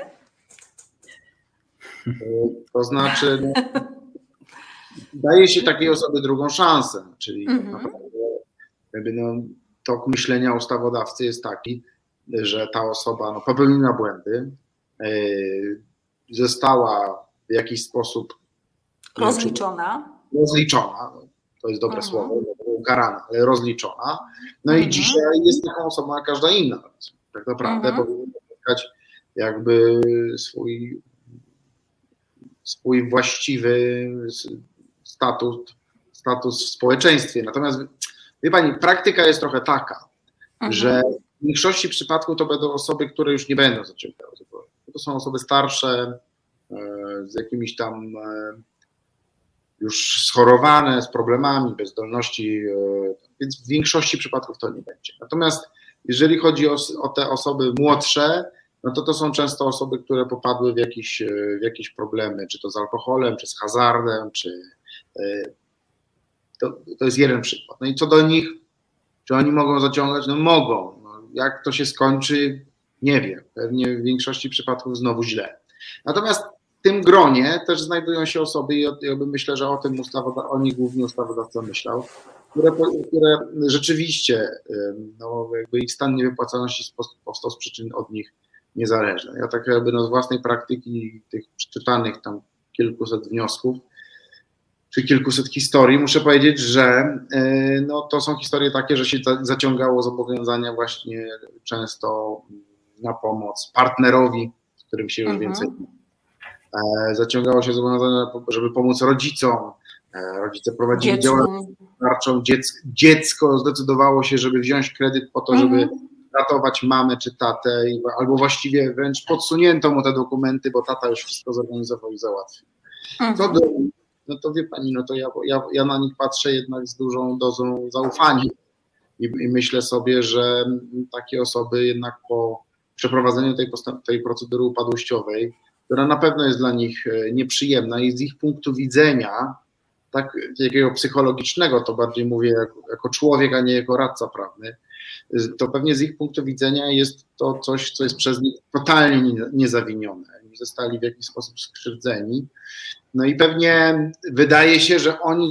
To znaczy, daje się takiej osobie drugą szansę, czyli tok myślenia ustawodawcy jest taki, że ta osoba popełniła błędy, została w jakiś sposób rozliczona, to jest dobre słowo, ukarana, ale rozliczona, no i dzisiaj jest taką osobą jak każda inna, tak naprawdę powinien spotkać jakby swój właściwy status w społeczeństwie. Natomiast wie pani, praktyka jest trochę taka, że w większości przypadków to będą osoby, które już nie będą zaciągały. To są osoby starsze, z jakimiś tam już schorowane, z problemami, bezzdolności, więc w większości przypadków to nie będzie. Natomiast jeżeli chodzi o te osoby młodsze, no to są często osoby, które popadły w jakieś problemy, czy to z alkoholem, czy z hazardem, to jest jeden przykład. No i co do nich, czy oni mogą zaciągać? No mogą. No, jak to się skończy, nie wiem. Pewnie w większości przypadków znowu źle. Natomiast w tym gronie też znajdują się osoby, i jakby myślę, że o nich głównie ustawodawca myślał, które rzeczywiście jakby ich stan niewypłacalności powstał z przyczyn od nich niezależnych. Ja tak jakby z własnej praktyki tych przeczytanych tam kilkuset wniosków czy kilkuset historii muszę powiedzieć, że to są historie takie, że się zaciągało zobowiązania właśnie często na pomoc partnerowi, z którym się już więcej zaciągało się zobowiązania, żeby pomóc rodzicom. Rodzice prowadzili działalność gospodarczą. Dziecko zdecydowało się, żeby wziąć kredyt po to, żeby ratować mamę czy tatę, albo właściwie wręcz podsunięto mu te dokumenty, bo tata już wszystko zorganizował i załatwił. No to wie pani, no to ja na nich patrzę jednak z dużą dozą zaufania i myślę sobie, że takie osoby jednak po przeprowadzeniu tej procedury upadłościowej, która na pewno jest dla nich nieprzyjemna i z ich punktu widzenia, tak jakiego psychologicznego, to bardziej mówię jako człowiek, a nie jako radca prawny, to pewnie z ich punktu widzenia jest to coś, co jest przez nich totalnie niezawinione. Oni zostali w jakiś sposób skrzywdzeni. No i pewnie wydaje się, że oni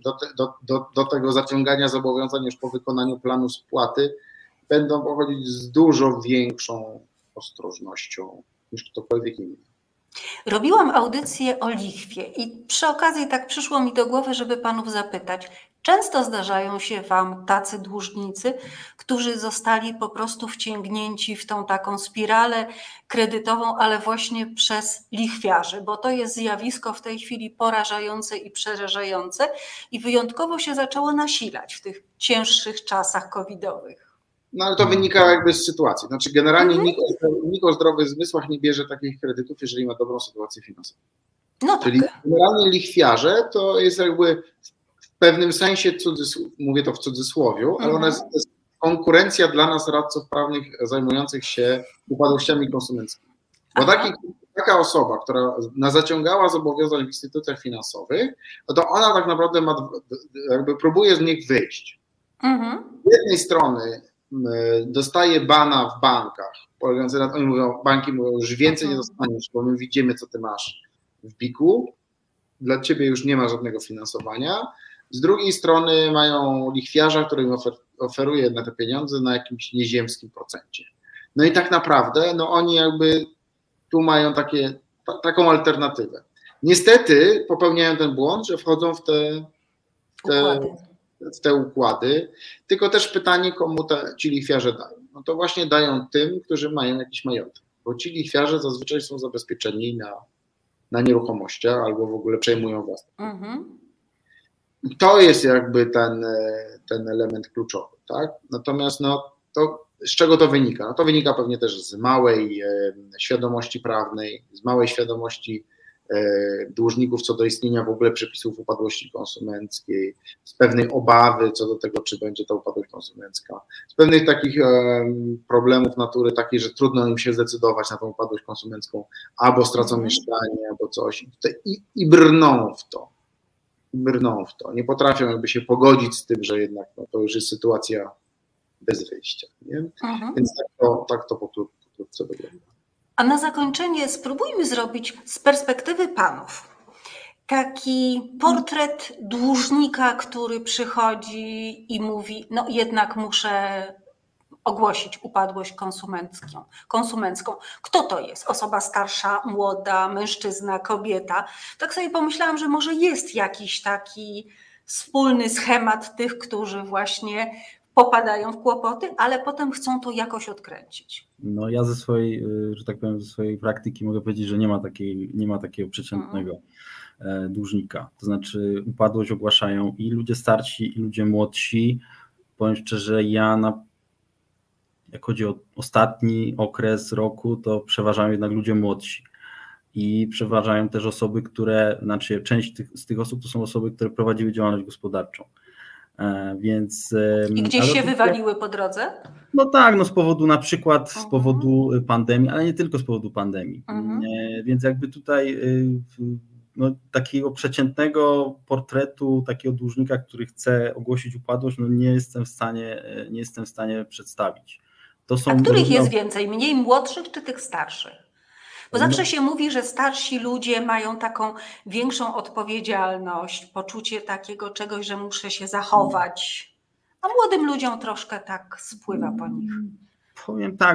do tego zaciągania zobowiązań już po wykonaniu planu spłaty będą pochodzić z dużo większą ostrożnością niż ktokolwiek inny. Robiłam audycję o lichwie i przy okazji tak przyszło mi do głowy, żeby panów zapytać, często zdarzają się wam tacy dłużnicy, którzy zostali po prostu wciągnięci w tą taką spiralę kredytową, ale właśnie przez lichwiarzy, bo to jest zjawisko w tej chwili porażające i przerażające i wyjątkowo się zaczęło nasilać w tych cięższych czasach covidowych. No ale to wynika jakby z sytuacji. Znaczy generalnie nikt o zdrowych zmysłach nie bierze takich kredytów, jeżeli ma dobrą sytuację finansową. No tak. Czyli generalnie lichwiarze to jest jakby w pewnym sensie, mówię to w cudzysłowiu, ale ona jest konkurencja dla nas radców prawnych zajmujących się upadłościami konsumenckimi. Bo taka osoba, która zaciągała zobowiązań w instytucjach finansowych, no to ona tak naprawdę jakby próbuje z nich wyjść. Z jednej strony dostaje bana w bankach, polegający na tym, banki mówią, już więcej nie dostaniesz, bo my widzimy, co ty masz w biku, dla ciebie już nie ma żadnego finansowania. Z drugiej strony mają lichwiarza, który im oferuje na te pieniądze na jakimś nieziemskim procencie. No i tak naprawdę, no oni jakby tu mają taką alternatywę. niestety popełniają ten błąd, że wchodzą w te układy, tylko też pytanie, komu ci lichwiarze dają. No to właśnie dają tym, którzy mają jakiś majątek, bo ci lichwiarze zazwyczaj są zabezpieczeni na nieruchomościach albo w ogóle przejmują własność. I to jest jakby ten element kluczowy, tak? Natomiast to z czego to wynika? No to wynika pewnie też z małej świadomości prawnej, z małej świadomości dłużników co do istnienia w ogóle przepisów upadłości konsumenckiej, z pewnej obawy co do tego, czy będzie ta upadłość konsumencka, z pewnych takich problemów natury takiej, że trudno im się zdecydować na tą upadłość konsumencką, albo stracą mieszkanie, albo coś i brną w to. Nie potrafią jakby się pogodzić z tym, że jednak to już jest sytuacja bez wyjścia. Nie? Więc tak to pokrótce wygląda. A na zakończenie spróbujmy zrobić z perspektywy panów taki portret dłużnika, który przychodzi i mówi, no jednak muszę ogłosić upadłość konsumencką. Kto to jest? Osoba starsza, młoda, mężczyzna, kobieta? Tak sobie pomyślałam, że może jest jakiś taki wspólny schemat tych, którzy właśnie popadają w kłopoty, ale potem chcą to jakoś odkręcić. No ja ze swojej, że tak powiem, ze swojej praktyki mogę powiedzieć, że nie ma takiego przeciętnego dłużnika. To znaczy upadłość ogłaszają i ludzie starsi, i ludzie młodsi. Powiem szczerze, jak chodzi o ostatni okres roku, to przeważają jednak ludzie młodsi. I przeważają też osoby, część z tych osób to są osoby, które prowadziły działalność gospodarczą. Więc, i gdzieś się wywaliły po drodze? No tak, z powodu na przykład z powodu pandemii, ale nie tylko z powodu pandemii. Więc jakby tutaj takiego przeciętnego portretu takiego dłużnika, który chce ogłosić upadłość, nie jestem w stanie przedstawić. A których jest więcej? Mniej młodszych czy tych starszych? Bo zawsze się mówi, że starsi ludzie mają taką większą odpowiedzialność, poczucie takiego czegoś, że muszę się zachować, a młodym ludziom troszkę tak spływa po nich. Powiem tak,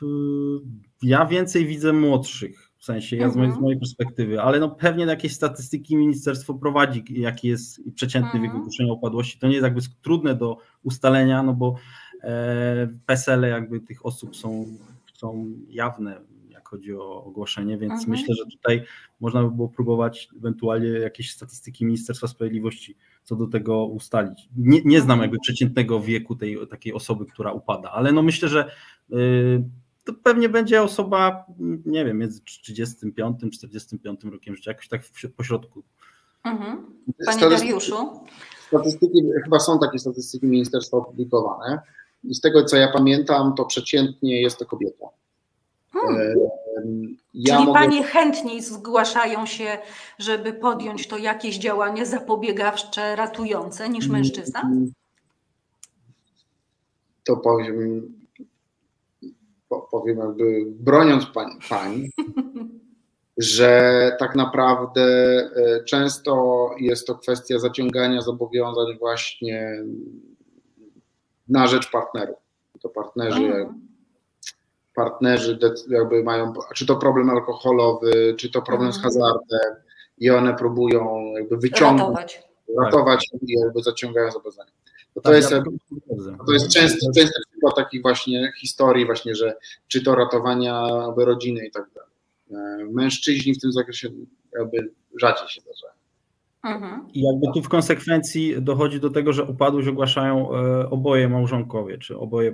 ja więcej widzę młodszych, w sensie z mojej perspektywy, ale pewnie jakieś statystyki ministerstwo prowadzi, jaki jest przeciętny wiek ogłoszenia upadłości. To nie jest jakby trudne do ustalenia, bo PESEL-e jakby tych osób są jawne, chodzi o ogłoszenie, więc myślę, że tutaj można by było próbować ewentualnie jakieś statystyki Ministerstwa Sprawiedliwości co do tego ustalić. Nie znam jakby przeciętnego wieku tej takiej osoby, która upada, ale myślę, że to pewnie będzie osoba, nie wiem, między 35 a 45 rokiem życia, jakoś tak po środku. Panie Dariuszu? Statystyki, chyba są takie statystyki ministerstwa opublikowane i z tego, co ja pamiętam, to przeciętnie jest to kobieta. Czyli panie chętniej zgłaszają się, żeby podjąć to jakieś działanie zapobiegawcze, ratujące niż mężczyzna? To powiem jakby broniąc pań, że tak naprawdę często jest to kwestia zaciągania zobowiązań właśnie na rzecz partnerów. To partnerzy jakby mają, czy to problem alkoholowy, czy to problem z hazardem i one próbują jakby wyciągnąć, ratować i jakby zaciągają zobowiązania. To jest częsty przykład takich właśnie historii właśnie, że czy to ratowania rodziny i tak dalej. Mężczyźni w tym zakresie jakby rzadziej się zdarzają. I jakby tu w konsekwencji dochodzi do tego, że upadłość ogłaszają oboje małżonkowie, czy oboje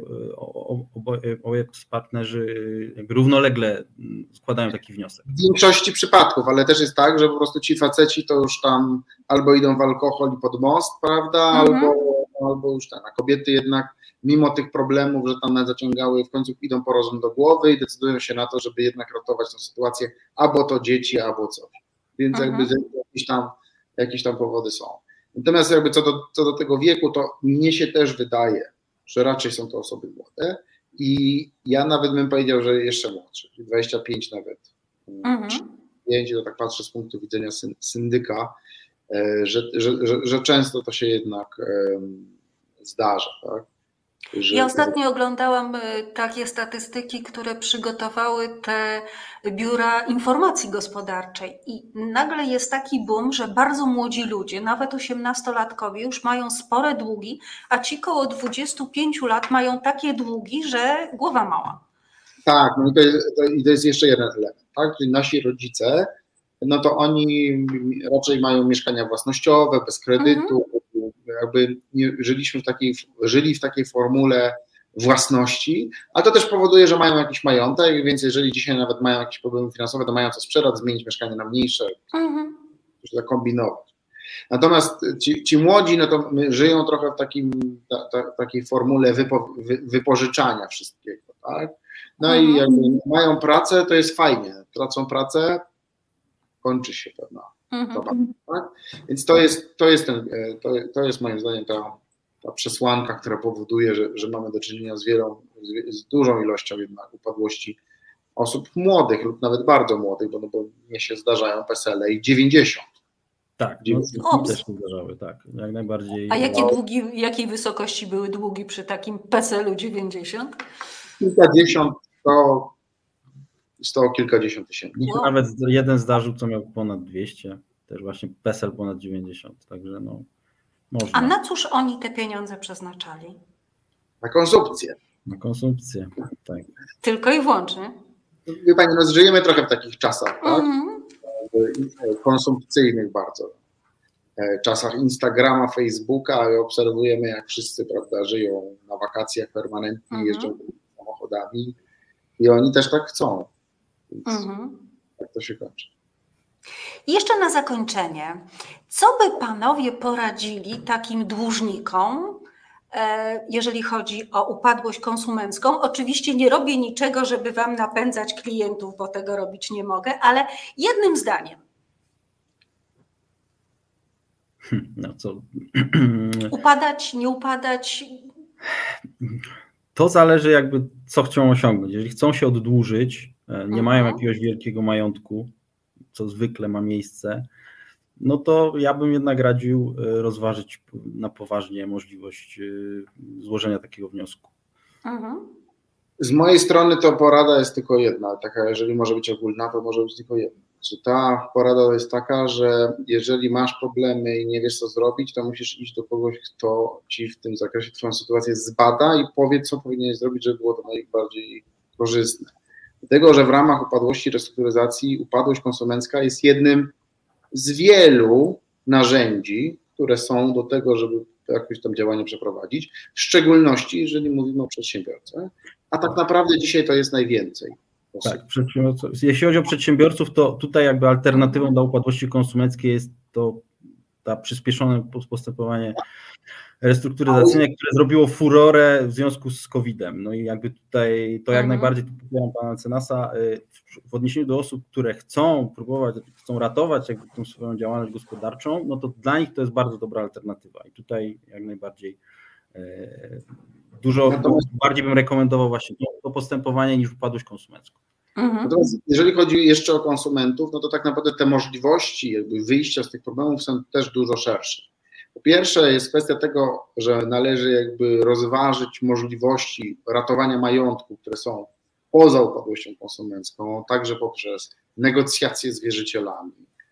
partnerzy jakby równolegle składają taki wniosek. W większości przypadków, ale też jest tak, że po prostu ci faceci to już tam albo idą w alkohol i pod most, prawda, albo już a kobiety jednak mimo tych problemów, że tam zaciągały, w końcu idą po rozum do głowy i decydują się na to, żeby jednak ratować tę sytuację, albo to dzieci, albo coś. Więc jakby jakieś tam powody są. Natomiast jakby co do tego wieku, to mnie się też wydaje, że raczej są to osoby młode i ja nawet bym powiedział, że jeszcze młodsze, 25 nawet. To tak patrzę z punktu widzenia syndyka, że często to się jednak zdarza. Tak? Ja ostatnio oglądałam takie statystyki, które przygotowały te biura informacji gospodarczej i nagle jest taki boom, że bardzo młodzi ludzie, nawet 18-latkowie już mają spore długi, a ci koło 25 lat mają takie długi, że głowa mała. Tak, no to jest jeszcze jeden element, tak? Czyli nasi rodzice, no to oni raczej mają mieszkania własnościowe, bez kredytu, jakby żyli w takiej formule własności, a to też powoduje, że mają jakiś majątek, więc jeżeli dzisiaj nawet mają jakieś problemy finansowe, to mają co sprzedać, zmienić mieszkanie na mniejsze, to kombinować. Natomiast ci młodzi, no to żyją trochę w takiej formule wypożyczania wszystkiego, tak? No i jakby mają pracę, to jest fajnie, tracą pracę, kończy się pewna zabawa, tak? Więc to jest moim zdaniem ta przesłanka, która powoduje, że mamy do czynienia z dużą ilością jednak upadłości osób młodych lub nawet bardzo młodych, bo mnie się zdarzają PESEL-e i 90. Tak, też się zdarzały, tak, jak najbardziej. A jakiej wysokości były długi przy takim PESEL-u 90? Kilkadziesiąt, sto kilkadziesiąt tysięcy. Nawet jeden zdarzył, co miał ponad 200, też właśnie PESEL ponad 90, także no można. A na cóż oni te pieniądze przeznaczali? Na konsumpcję. Na konsumpcję, tak. Tylko i wyłącznie? Wie Pani, no żyjemy trochę w takich czasach, tak? Konsumpcyjnych bardzo. Czasach Instagrama, Facebooka i obserwujemy, jak wszyscy, prawda, żyją na wakacjach permanentnie, jeżdżą samochodami i oni też tak chcą. Więc tak to się kończy. I jeszcze na zakończenie, co by panowie poradzili takim dłużnikom, jeżeli chodzi o upadłość konsumencką? Oczywiście nie robię niczego, żeby wam napędzać klientów, bo tego robić nie mogę, ale jednym zdaniem. No co? Upadać, nie upadać? To zależy jakby co chcą osiągnąć. Jeżeli chcą się oddłużyć, nie mają jakiegoś wielkiego majątku, co zwykle ma miejsce, no to ja bym jednak radził rozważyć na poważnie możliwość złożenia takiego wniosku. Z mojej strony to porada jest tylko jedna, taka jeżeli może być ogólna, to może być tylko jedna. Że ta porada jest taka, że jeżeli masz problemy i nie wiesz co zrobić, to musisz iść do kogoś, kto ci w tym zakresie twoją sytuację zbada i powie, co powinieneś zrobić, żeby było to najbardziej korzystne. Dlatego, że w ramach upadłości restrukturyzacji upadłość konsumencka jest jednym z wielu narzędzi, które są do tego, żeby jakieś tam działanie przeprowadzić, w szczególności jeżeli mówimy o przedsiębiorcach, a tak naprawdę dzisiaj to jest najwięcej. Tak, jeśli chodzi o przedsiębiorców, to tutaj jakby alternatywą dla upadłości konsumenckiej jest to przyspieszone postępowanie restrukturyzacyjne, które zrobiło furorę w związku z COVID-em. No i jakby tutaj to jak najbardziej popieram pana Mencenasa w odniesieniu do osób, które chcą ratować jakby tą swoją działalność gospodarczą, no to dla nich to jest bardzo dobra alternatywa i tutaj jak najbardziej dużo bardziej bym rekomendował właśnie to postępowanie niż upadłość konsumencką. Natomiast jeżeli chodzi jeszcze o konsumentów, no to tak naprawdę te możliwości jakby wyjścia z tych problemów są też dużo szersze. Po pierwsze jest kwestia tego, że należy jakby rozważyć możliwości ratowania majątku, które są poza upadłością konsumencką, także poprzez negocjacje z wierzycielami,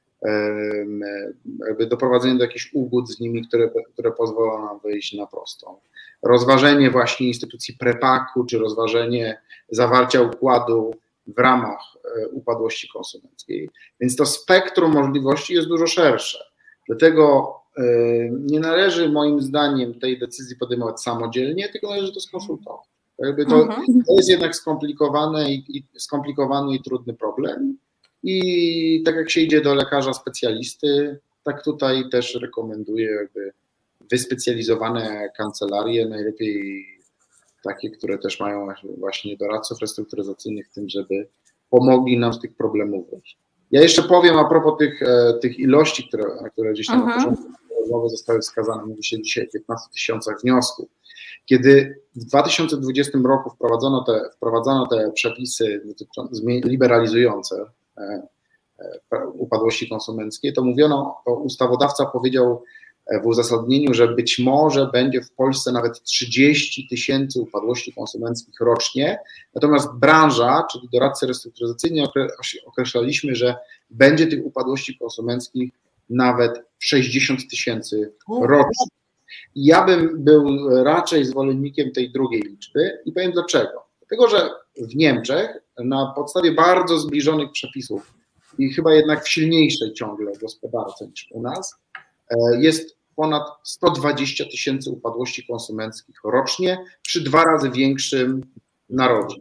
jakby doprowadzenie do jakichś ugód z nimi, które pozwolą nam wyjść na prostą. Rozważenie właśnie instytucji prepaku, czy rozważenie zawarcia układu w ramach upadłości konsumenckiej. Więc to spektrum możliwości jest dużo szersze. Dlatego nie należy moim zdaniem tej decyzji podejmować samodzielnie, tylko należy to skonsultować. Jakby to jest jednak skomplikowany i trudny problem. I tak jak się idzie do lekarza specjalisty, tak tutaj też rekomenduję jakby wyspecjalizowane kancelarie, najlepiej takie, które też mają właśnie doradców restrukturyzacyjnych w tym, żeby pomogli nam z tych problemów wyjść. Ja jeszcze powiem a propos tych ilości, które gdzieś tam na początku rozmowy zostały wskazane, mówi się dzisiaj o 15 000 wniosków. Kiedy w 2020 roku wprowadzono te przepisy liberalizujące upadłości konsumenckiej, to ustawodawca powiedział w uzasadnieniu, że być może będzie w Polsce nawet 30 000 upadłości konsumenckich rocznie, natomiast branża, czyli doradcy restrukturyzacyjni określaliśmy, że będzie tych upadłości konsumenckich nawet 60 000 rocznie. Ja bym był raczej zwolennikiem tej drugiej liczby i powiem dlaczego. Dlatego, że w Niemczech na podstawie bardzo zbliżonych przepisów i chyba jednak w silniejszej ciągle gospodarce niż u nas, jest ponad 120 000 upadłości konsumenckich rocznie przy 2 razy większym narodzie.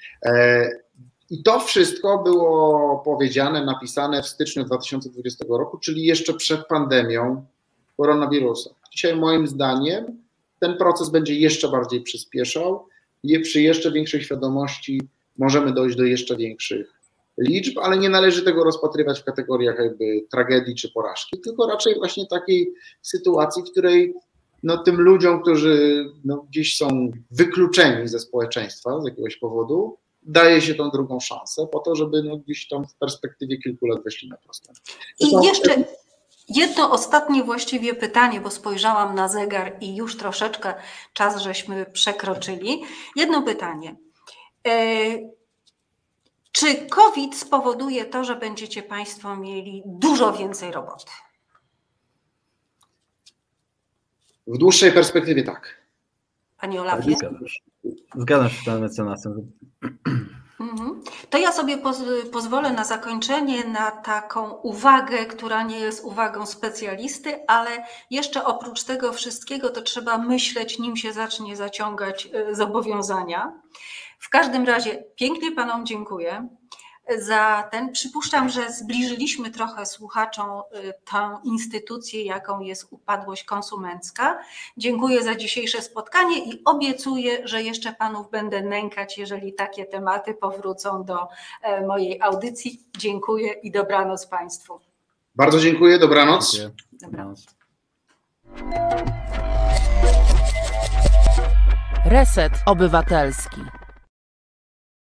I to wszystko było powiedziane, napisane w styczniu 2020 roku, czyli jeszcze przed pandemią koronawirusa. Dzisiaj moim zdaniem ten proces będzie jeszcze bardziej przyspieszał i przy jeszcze większej świadomości możemy dojść do jeszcze większych liczb, ale nie należy tego rozpatrywać w kategoriach jakby tragedii czy porażki, tylko raczej właśnie takiej sytuacji, w której tym ludziom, którzy gdzieś są wykluczeni ze społeczeństwa z jakiegoś powodu, daje się tą drugą szansę po to, żeby gdzieś tam w perspektywie kilku lat weszli na prostą. I jeszcze jedno ostatnie właściwie pytanie, bo spojrzałam na zegar i już troszeczkę czas żeśmy przekroczyli. Jedno pytanie. Czy COVID spowoduje to, że będziecie Państwo mieli dużo więcej roboty? W dłuższej perspektywie tak. Panie Olafie? Zgadzam się z panem mecenasem. To ja sobie pozwolę na zakończenie na taką uwagę, która nie jest uwagą specjalisty, ale jeszcze oprócz tego wszystkiego to trzeba myśleć, nim się zacznie zaciągać zobowiązania. W każdym razie pięknie Panom dziękuję za ten. Przypuszczam, że zbliżyliśmy trochę słuchaczom tę instytucję, jaką jest upadłość konsumencka. Dziękuję za dzisiejsze spotkanie i obiecuję, że jeszcze Panów będę nękać, jeżeli takie tematy powrócą do mojej audycji. Dziękuję i dobranoc Państwu. Bardzo dziękuję, dobranoc. Dziękuję. Dobranoc. Reset Obywatelski.